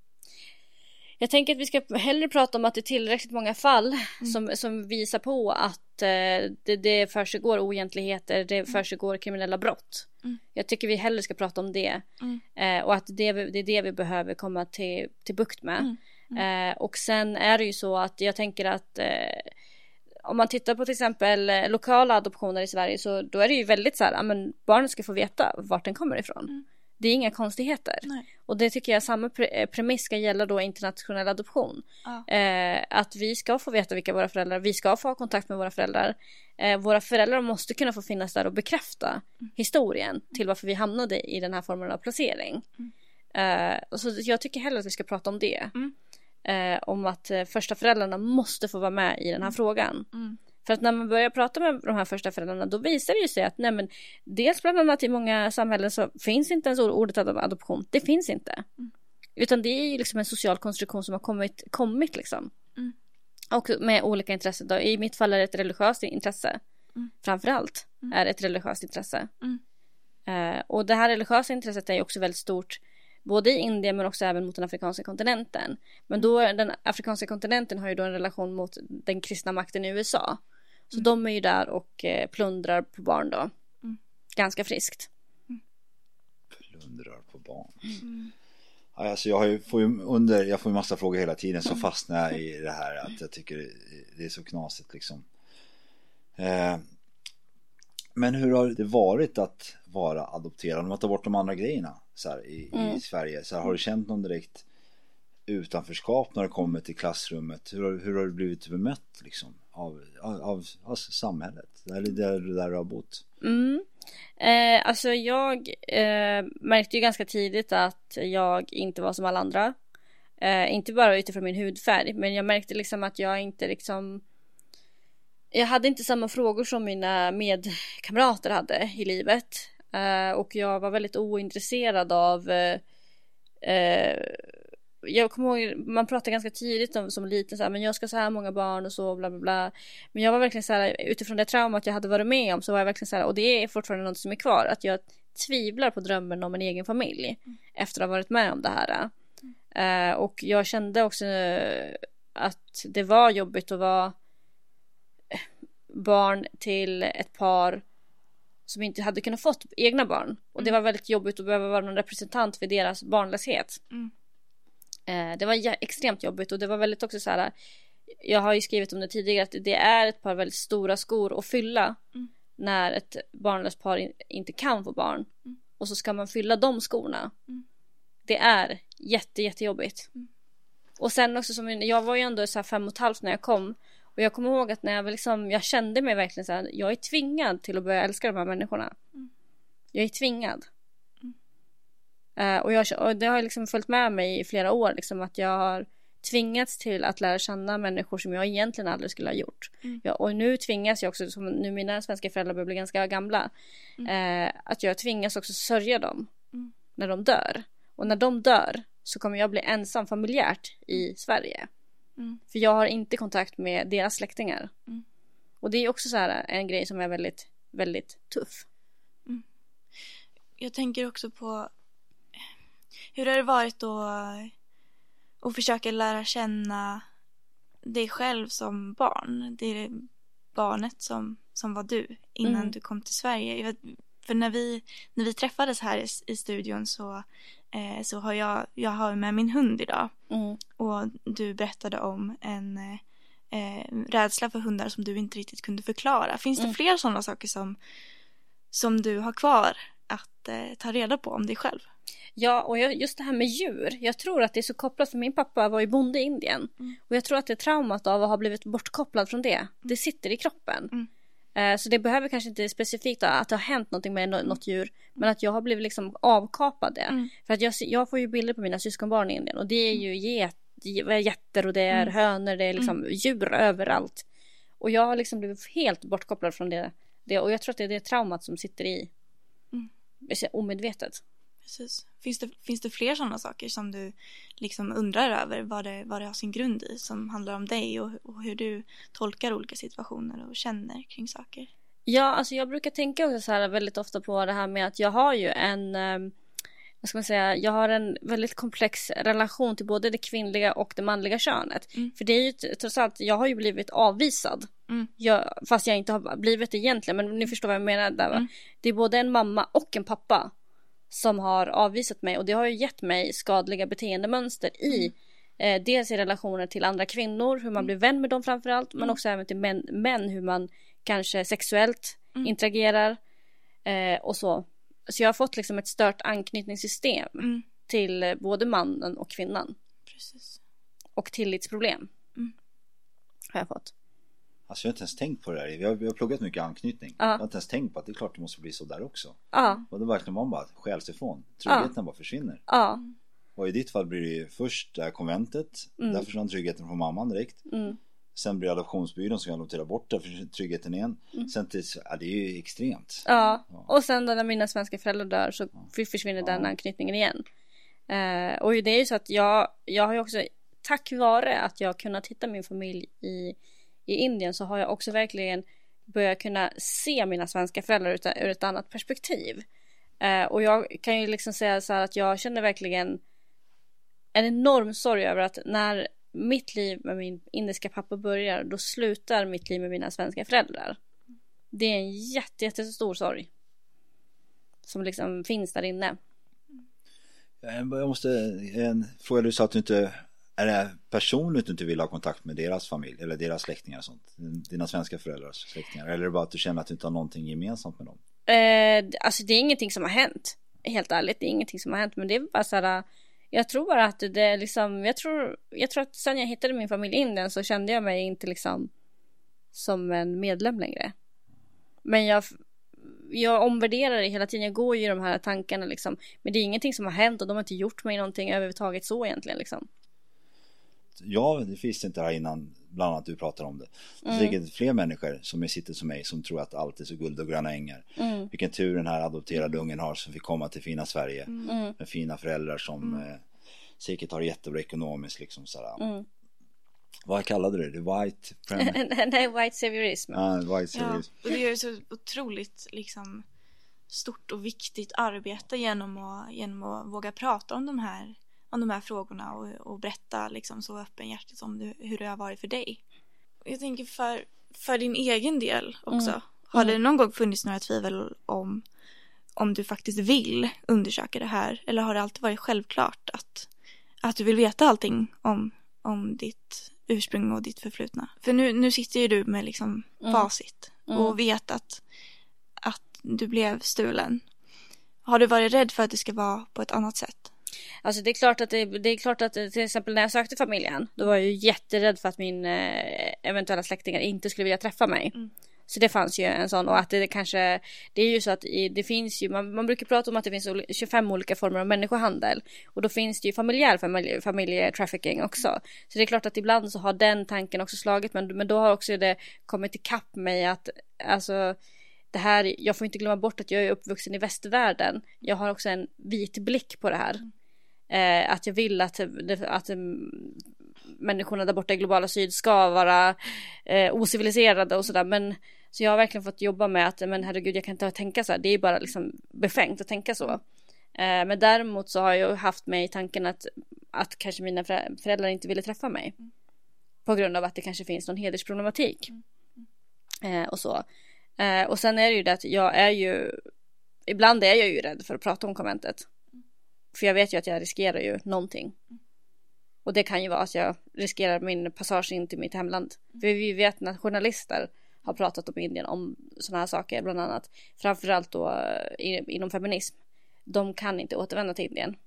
Jag tänker att vi ska hellre prata om att det är tillräckligt många fall mm. som, som visar på att eh, det, det försiggår oegentligheter, det mm. försiggår kriminella brott. Mm. Jag tycker vi hellre ska prata om det. Mm. Eh, och att det, det är det vi behöver komma till, till bukt med. Mm. Mm. Eh, och sen är det ju så att jag tänker att eh, om man tittar på till exempel eh, lokala adoptioner i Sverige, så då är det ju väldigt så här, men barnen ska få veta vart den kommer ifrån. Mm. Det är inga konstigheter. Nej. Och det tycker jag samma pre- premiss ska gälla då internationell adoption. Ah. Eh, att vi ska få veta vilka våra föräldrar, vi ska få ha kontakt med våra föräldrar. Eh, våra föräldrar måste kunna få finnas där och bekräfta mm. historien mm. till varför vi hamnade i den här formen av placering. Mm. Eh, och så jag tycker hellre att vi ska prata om det. Mm. Eh, om att eh, första föräldrarna måste få vara med i den här mm. frågan. Mm. För att när man börjar prata med de här första föräldrarna, då visar det ju sig att nej men, dels bland annat i många samhällen så finns inte ens ordet adoption. Det finns inte. Mm. Utan det är ju liksom en social konstruktion som har kommit, kommit liksom. Mm. Och med olika intressen då. I mitt fall är det ett religiöst intresse. Mm. Framförallt mm. är det ett religiöst intresse. Mm. Uh, och det här religiösa intresset är ju också väldigt stort. Både i Indien men också även mot den afrikanska kontinenten. Men då den afrikanska kontinenten har ju då en relation mot den kristna makten i U S A. Så mm. de är ju där och eh, plundrar på barn då. Mm. Ganska friskt. Mm. Plundrar på barn. Mm. Ja, alltså jag, har ju, får ju under, jag får ju massa frågor hela tiden, så fastnar jag i det här att jag tycker det är så knasigt liksom. Eh, men hur har det varit att vara adopterad? Om man tar bort de andra grejerna så här, i, mm. i Sverige. Så här, har du känt någon direkt utanförskap när du kommer till klassrummet? Hur har, hur har du blivit bemött liksom, av, av, av samhället? Eller där, där du har bott? Mm. Eh, alltså jag eh, märkte ju ganska tidigt att jag inte var som alla andra. Eh, inte bara utifrån min hudfärg, men jag märkte liksom att jag inte liksom... Jag hade inte samma frågor som mina medkamrater hade i livet. Uh, och jag var väldigt ointresserad av uh, uh, jag kommer ihåg, man pratade ganska tidigt om, som liten så här, men jag ska så här många barn och så bla bla bla. Men jag var verkligen så här, utifrån det traumat jag hade varit med om, så var jag verkligen så här, och det är fortfarande något som är kvar, att jag tvivlar på drömmen om en egen familj mm. efter att ha varit med om det här. Mm. Uh, och jag kände också att det var jobbigt att vara barn till ett par som inte hade kunnat fått egna barn. Och det var väldigt jobbigt att behöva vara någon representant för deras barnlöshet. Mm. Eh, det var j- extremt jobbigt. Och det var väldigt också så här, jag har ju skrivit om det tidigare, att det är ett par väldigt stora skor att fylla mm. när ett barnlöst par in, inte kan få barn. Mm. Och så ska man fylla de skorna. Mm. Det är jätte, jättejobbigt. Mm. Och sen också, som jag var ju ändå så här fem och ett halvt när jag kom. Och jag kommer ihåg att när jag liksom, jag kände mig verkligen så här, jag är tvingad till att börja älska de här människorna. Mm. Jag är tvingad. Mm. Uh, och, jag, och det har liksom följt med mig i flera år liksom, att jag har tvingats till att lära känna människor som jag egentligen aldrig skulle ha gjort. Mm. Ja, och nu tvingas jag också, som nu mina svenska föräldrar börjar bli ganska gamla, mm. eh, att jag tvingas också sörja dem mm. när de dör. Och när de dör så kommer jag bli ensam familjärt i Sverige. Mm. För jag har inte kontakt med deras släktingar. Mm. Och det är också så här en grej som är väldigt, väldigt tuff. Mm. Jag tänker också på hur har det varit då att försöka lära känna dig själv som barn. Det är barnet som, som var du innan mm. du kom till Sverige. Jag vet, för när vi, när vi träffades här i, i studion så, eh, så har jag, jag har med min hund idag. Mm. Och du berättade om en eh, rädsla för hundar som du inte riktigt kunde förklara. Finns det mm. fler sådana saker som, som du har kvar att eh, ta reda på om dig själv? Ja, och jag, just det här med djur. Jag tror att det är så kopplat, för min pappa var ju bonde i Indien. Mm. Och jag tror att det är traumat av att ha blivit bortkopplad från det. Mm. Det sitter i kroppen. Mm. Eh, så det behöver kanske inte specifikt att det har hänt någonting med no- något djur. Men att jag har blivit liksom avkapad det. Mm. För att jag, jag får ju bilder på mina syskonbarn i Indien. Och det är ju get, getter och det är mm. hönor. Det är liksom mm. djur överallt. Och jag har liksom blivit helt bortkopplad från det. det och jag tror att det är det traumat som sitter i mm. omedvetet. Precis. Finns det, finns det fler sådana saker som du liksom undrar över vad det, vad det har sin grund i, som handlar om dig och, och hur du tolkar olika situationer och känner kring saker? Ja, alltså jag brukar tänka också så här väldigt ofta på det här med att jag har ju en, eh, vad ska man säga, jag har en väldigt komplex relation till både det kvinnliga och det manliga könet. Mm. För det är ju trots allt, jag har ju blivit avvisad. Mm. Jag, fast jag inte har blivit det egentligen, men ni förstår vad jag menar där, va? Mm. Det är både en mamma och en pappa som har avvisat mig, och det har ju gett mig skadliga beteendemönster i mm. eh, dels i relationer till andra kvinnor, hur man mm. blir vän med dem framförallt, men mm. också även till män, män hur man kanske sexuellt mm. interagerar eh, och så. Så jag har fått liksom ett stört anknytningssystem mm. till både mannen och kvinnan. Precis. Och tillitsproblem mm. har jag fått. Alltså jag har inte ens tänkt på det där. Vi har, vi har pluggat mycket anknytning. Ja. Jag har inte ens tänkt på att det är klart det måste bli så där också. Ja. Och det verkligen man bara skäls ifrån. Tryggheten ja. bara försvinner. Ja. Och i ditt fall blir det ju först där konventet. Mm. Där försvann tryggheten från mamman direkt. Mm. Sen blir adoptionsbyrån som kan adoptera bort där för tryggheten igen. Mm. Sen till, ja, det är ju extremt. Ja. ja. Och sen när mina svenska föräldrar dör så ja. försvinner ja. den anknytningen igen. Uh, och det är ju så att jag, jag har ju också, tack vare att jag har kunnat hitta min familj i I Indien, så har jag också verkligen börjat kunna se mina svenska föräldrar ur, ur ett annat perspektiv. Eh, och jag kan ju liksom säga så här att jag känner verkligen en enorm sorg över att när mitt liv med min indiska pappa börjar, då slutar mitt liv med mina svenska föräldrar. Det är en jätte, jättestor sorg som liksom finns där inne. Jag måste en fråga, du sa att du inte är det personligt du inte vill ha kontakt med deras familj eller deras släktingar och sånt? Dina svenska föräldrars släktingar? Eller är det bara att du känner att du inte har någonting gemensamt med dem? Eh, alltså det är ingenting som har hänt. Helt ärligt, det är ingenting som har hänt. Men det är bara så här, jag tror bara att det är liksom, jag tror, jag tror att sen jag hittade min familj i Indien så kände jag mig inte liksom som en medlem längre. Men jag, jag omvärderar det hela tiden. Jag går ju i de här tankarna liksom. Men det är ingenting som har hänt och de har inte gjort mig någonting överhuvudtaget så egentligen liksom. Ja, det finns inte här innan, bland annat du pratar om det. Det är säkert mm. fler människor som sitter som mig som tror att allt är så guld och gröna ängar. Mm. Vilken tur den här adopterade ungen har som fick komma till fina Sverige. Mm. Med fina föräldrar som mm. eh, säkert har jättebra ekonomiskt liksom sådär. Mm. Vad kallade du det? White Nej, white saviorism. Ah, white saviorism. Ja, och det är ju så otroligt liksom stort och viktigt arbete genom att, genom att våga prata om de här om de här frågorna och, och berätta liksom så öppenhjärtigt om det, hur det har varit för dig. Jag tänker för, för din egen del också. Mm. Har mm. det någon gång funnits några tvivel om om du faktiskt vill undersöka det här? Eller har det alltid varit självklart att, att du vill veta allting om, om ditt ursprung och ditt förflutna? För nu, nu sitter ju du med liksom mm. facit mm. och vet att, att du blev stulen. Har du varit rädd för att det ska vara på ett annat sätt? Alltså det är klart att det, det är klart att till exempel när jag sökte familjen, då var jag ju jätterädd för att min eh, eventuella släktingar inte skulle vilja träffa mig. Mm. Så det fanns ju en sån, och att det kanske, det är ju så att i, det finns ju, man, man brukar prata om att det finns tjugofem olika former av människohandel, och då finns det ju familjär familje, familjetrafficking också. Så det är klart att ibland så har den tanken också slagit, men, men då har också det kommit ikapp mig att, alltså det här, jag får inte glömma bort att jag är uppvuxen i västvärlden. Jag har också en vit blick på det här. Eh, att jag vill att, att människorna där borta i globala syd ska vara eh, ociviliserade och sådär. Men så jag har verkligen fått jobba med att, men herregud, jag kan inte tänka så här. Det är bara liksom befängt att tänka så. Eh, men däremot så har jag haft mig i tanken att, att kanske mina föräldrar inte ville träffa mig. På grund av att det kanske finns någon hedersproblematik. Eh, och så. Eh, och sen är det ju det att jag är ju, ibland är jag ju rädd för att prata om konventet. För jag vet ju att jag riskerar ju någonting. Och det kan ju vara att jag riskerar min passage in till mitt hemland. För vi vet att journalister har pratat om Indien om sådana här saker, bland annat. Framförallt då inom feminism. De kan inte återvända till Indien.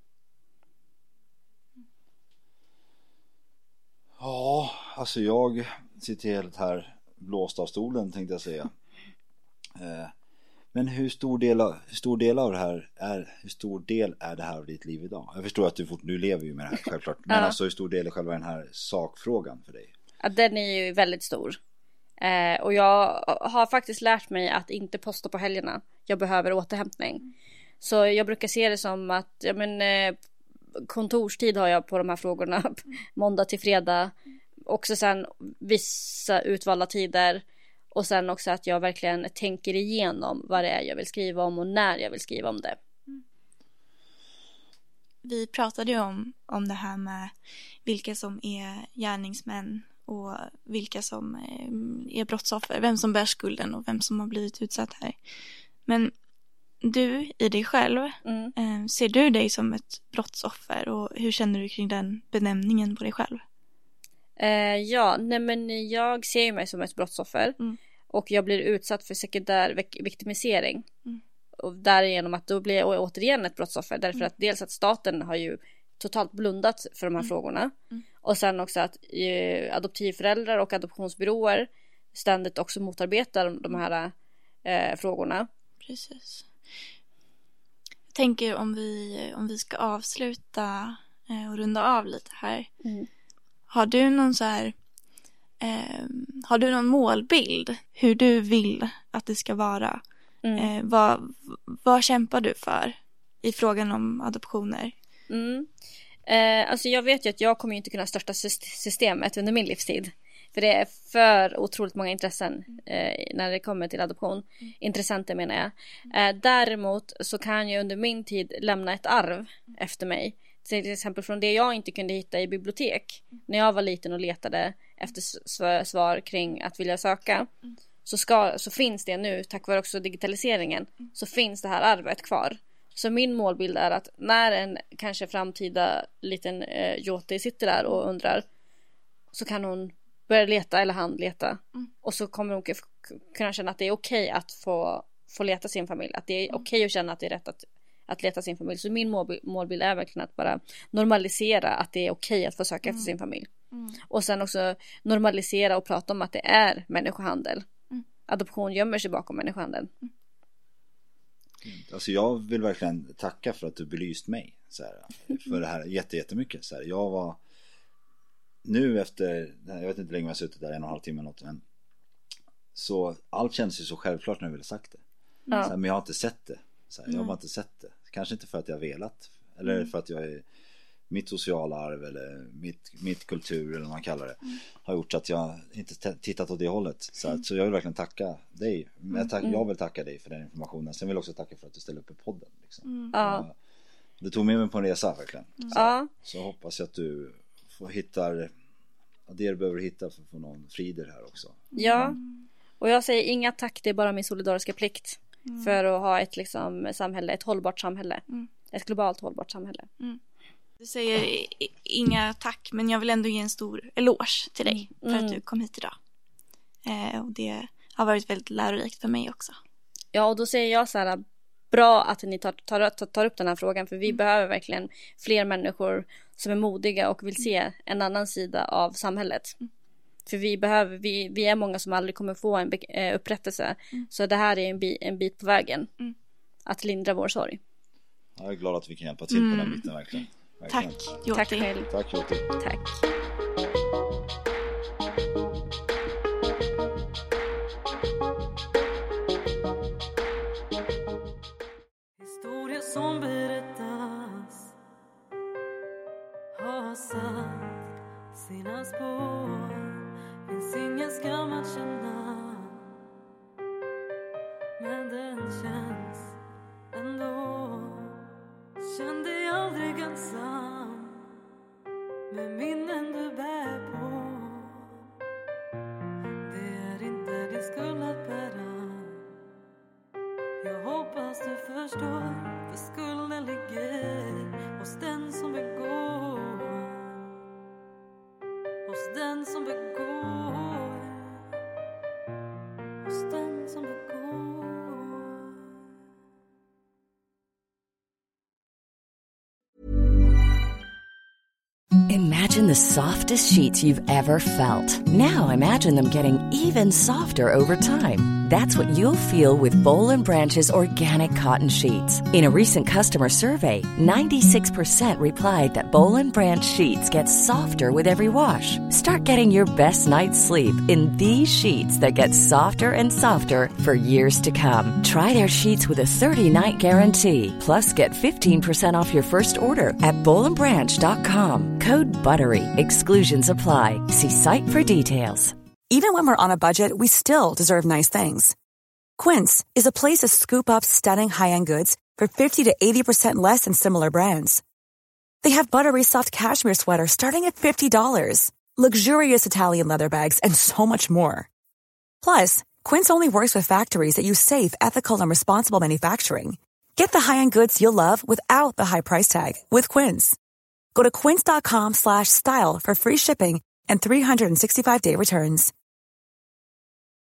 Ja, alltså jag sitter helt här blåst av stolen, tänkte jag säga. Eh, men hur stor del av, hur stor del av det här är, hur stor del är det här av ditt liv idag? Jag förstår att du, fort, du lever ju med det här självklart. Men ja. Alltså hur stor del är själva den här sakfrågan för dig? Ja, den är ju väldigt stor. Eh, och jag har faktiskt lärt mig att inte posta på helgerna. Jag behöver återhämtning. Så jag brukar se det som att ja, men, eh, kontorstid har jag på de här frågorna. Måndag till fredag. Också sen vissa utvalda tider. Och sen också att jag verkligen tänker igenom vad det är jag vill skriva om och när jag vill skriva om det. Vi pratade ju om, om det här med vilka som är gärningsmän och vilka som är brottsoffer. Vem som bär skulden och vem som har blivit utsatt här. Men du i dig själv, mm. ser du dig som ett brottsoffer och hur känner du kring den benämningen på dig själv? Eh, ja, nej men jag ser ju mig som ett brottsoffer. Mm. Och jag blir utsatt för sekundär viktimisering. Mm. Och därigenom att då blir jag återigen ett brottsoffer. Därför mm. att dels att staten har ju totalt blundat för de här mm. frågorna. Mm. Och sen också att eh, adoptivföräldrar och adoptionsbyråer ständigt också motarbetar de här eh, frågorna. Precis. Jag tänker om vi, om vi ska avsluta eh, och runda av lite här. Mm. Har du någon så här eh, har du någon målbild hur du vill att det ska vara? Mm. Eh, vad, vad kämpar du för i frågan om adoptioner? Mm. Eh, alltså jag vet ju att jag kommer inte kunna störta systemet under min livstid. För det är för otroligt många intressen eh, när det kommer till adoption. Mm. Intressenter menar jag. Eh, däremot så kan jag under min tid lämna ett arv efter mig. Till exempel från det jag inte kunde hitta i bibliotek. När jag var liten och letade efter svar kring att vilja söka. Så, ska, så finns det nu, tack vare också digitaliseringen. Så finns det här arvet kvar. Så min målbild är att när en kanske framtida liten eh, Jyoti sitter där och undrar. Så kan hon börja leta eller han leta. Och så kommer hon kunna känna att det är okej att få, få leta sin familj. Att det är okej att känna att det är rätt att att leta sin familj. Så min målbild är verkligen att bara normalisera att det är okej att få söka mm. efter sin familj. Mm. Och sen också normalisera och prata om att det är människohandel. Mm. Adoption gömmer sig bakom människohandel. Mm. Alltså jag vill verkligen tacka för att du belyst mig så här, för det här jätte, jättemycket. Så här, jag var nu efter, jag vet inte hur länge jag har suttit där, en och en halv timme något, men så allt känns ju så självklart när jag ville sagt det. Mm. Så här, men jag har inte sett det. Så här, jag har inte sett det. Kanske inte för att jag har velat. Eller mm. för att jag är mitt sociala arv eller mitt, mitt kultur eller vad man kallar det. Mm. Har gjort att jag inte t- tittat åt det hållet. Så, mm. så jag vill verkligen tacka dig. Jag, tack, jag vill tacka dig för den informationen. Sen vill jag också tacka för att du ställde upp i podden. Liksom. Mm. Ja. Du tog med mig på en resa verkligen. Mm. Så, ja. Så hoppas jag att du får hitta det du behöver hitta för att få någon frider här också. Ja. Mm. Och jag säger inga tack, det är bara min solidariska plikt. Mm. För att ha ett liksom, samhälle, ett hållbart samhälle. Mm. Ett globalt hållbart samhälle. Mm. Du säger i, inga tack, men jag vill ändå ge en stor eloge till dig för mm. att du kom hit idag. Eh, och det har varit väldigt lärorikt för mig också. Ja, och då säger jag så här, bra att ni tar, tar, tar, tar upp den här frågan. För vi mm. behöver verkligen fler människor som är modiga och vill se en annan sida av samhället. Mm. För vi behöver, vi, vi är många som aldrig kommer få en be- upprättelse. Mm. Så det här är en, bi- en bit på vägen. Mm. Att lindra vår sorg. Jag är glad att vi kan hjälpa till mm. på den biten verkligen. verkligen. Tack Joti. Tack själv. Tack Joti. Tack. Historia som berättas har satt sina spår. Finns ingen skam att känna, men den känns ändå. Känn dig aldrig ensam med minnen du bär på. Det är inte din skuld att bära. Jag hoppas du förstår, för skulden ligger hos den som begår. Hos den som begår. Hos den som begår. Imagine the softest sheets you've ever felt. Now imagine them getting even softer over time. That's what you'll feel with Boll and Branch's organic cotton sheets. In a recent customer survey, ninety-six percent replied that Boll and Branch sheets get softer with every wash. Start getting your best night's sleep in these sheets that get softer and softer for years to come. Try their sheets with a thirty-night guarantee. Plus, get fifteen percent off your first order at boll and branch dot com. Code BUTTERY. Exclusions apply. See site for details. Even when we're on a budget, we still deserve nice things. Quince is a place to scoop up stunning high-end goods for fifty to eighty percent less than similar brands. They have buttery soft cashmere sweaters starting at fifty dollars, luxurious Italian leather bags, and so much more. Plus, Quince only works with factories that use safe, ethical, and responsible manufacturing. Get the high-end goods you'll love without the high price tag with Quince. Go to quince dot com slash style for free shipping and three sixty-five day returns.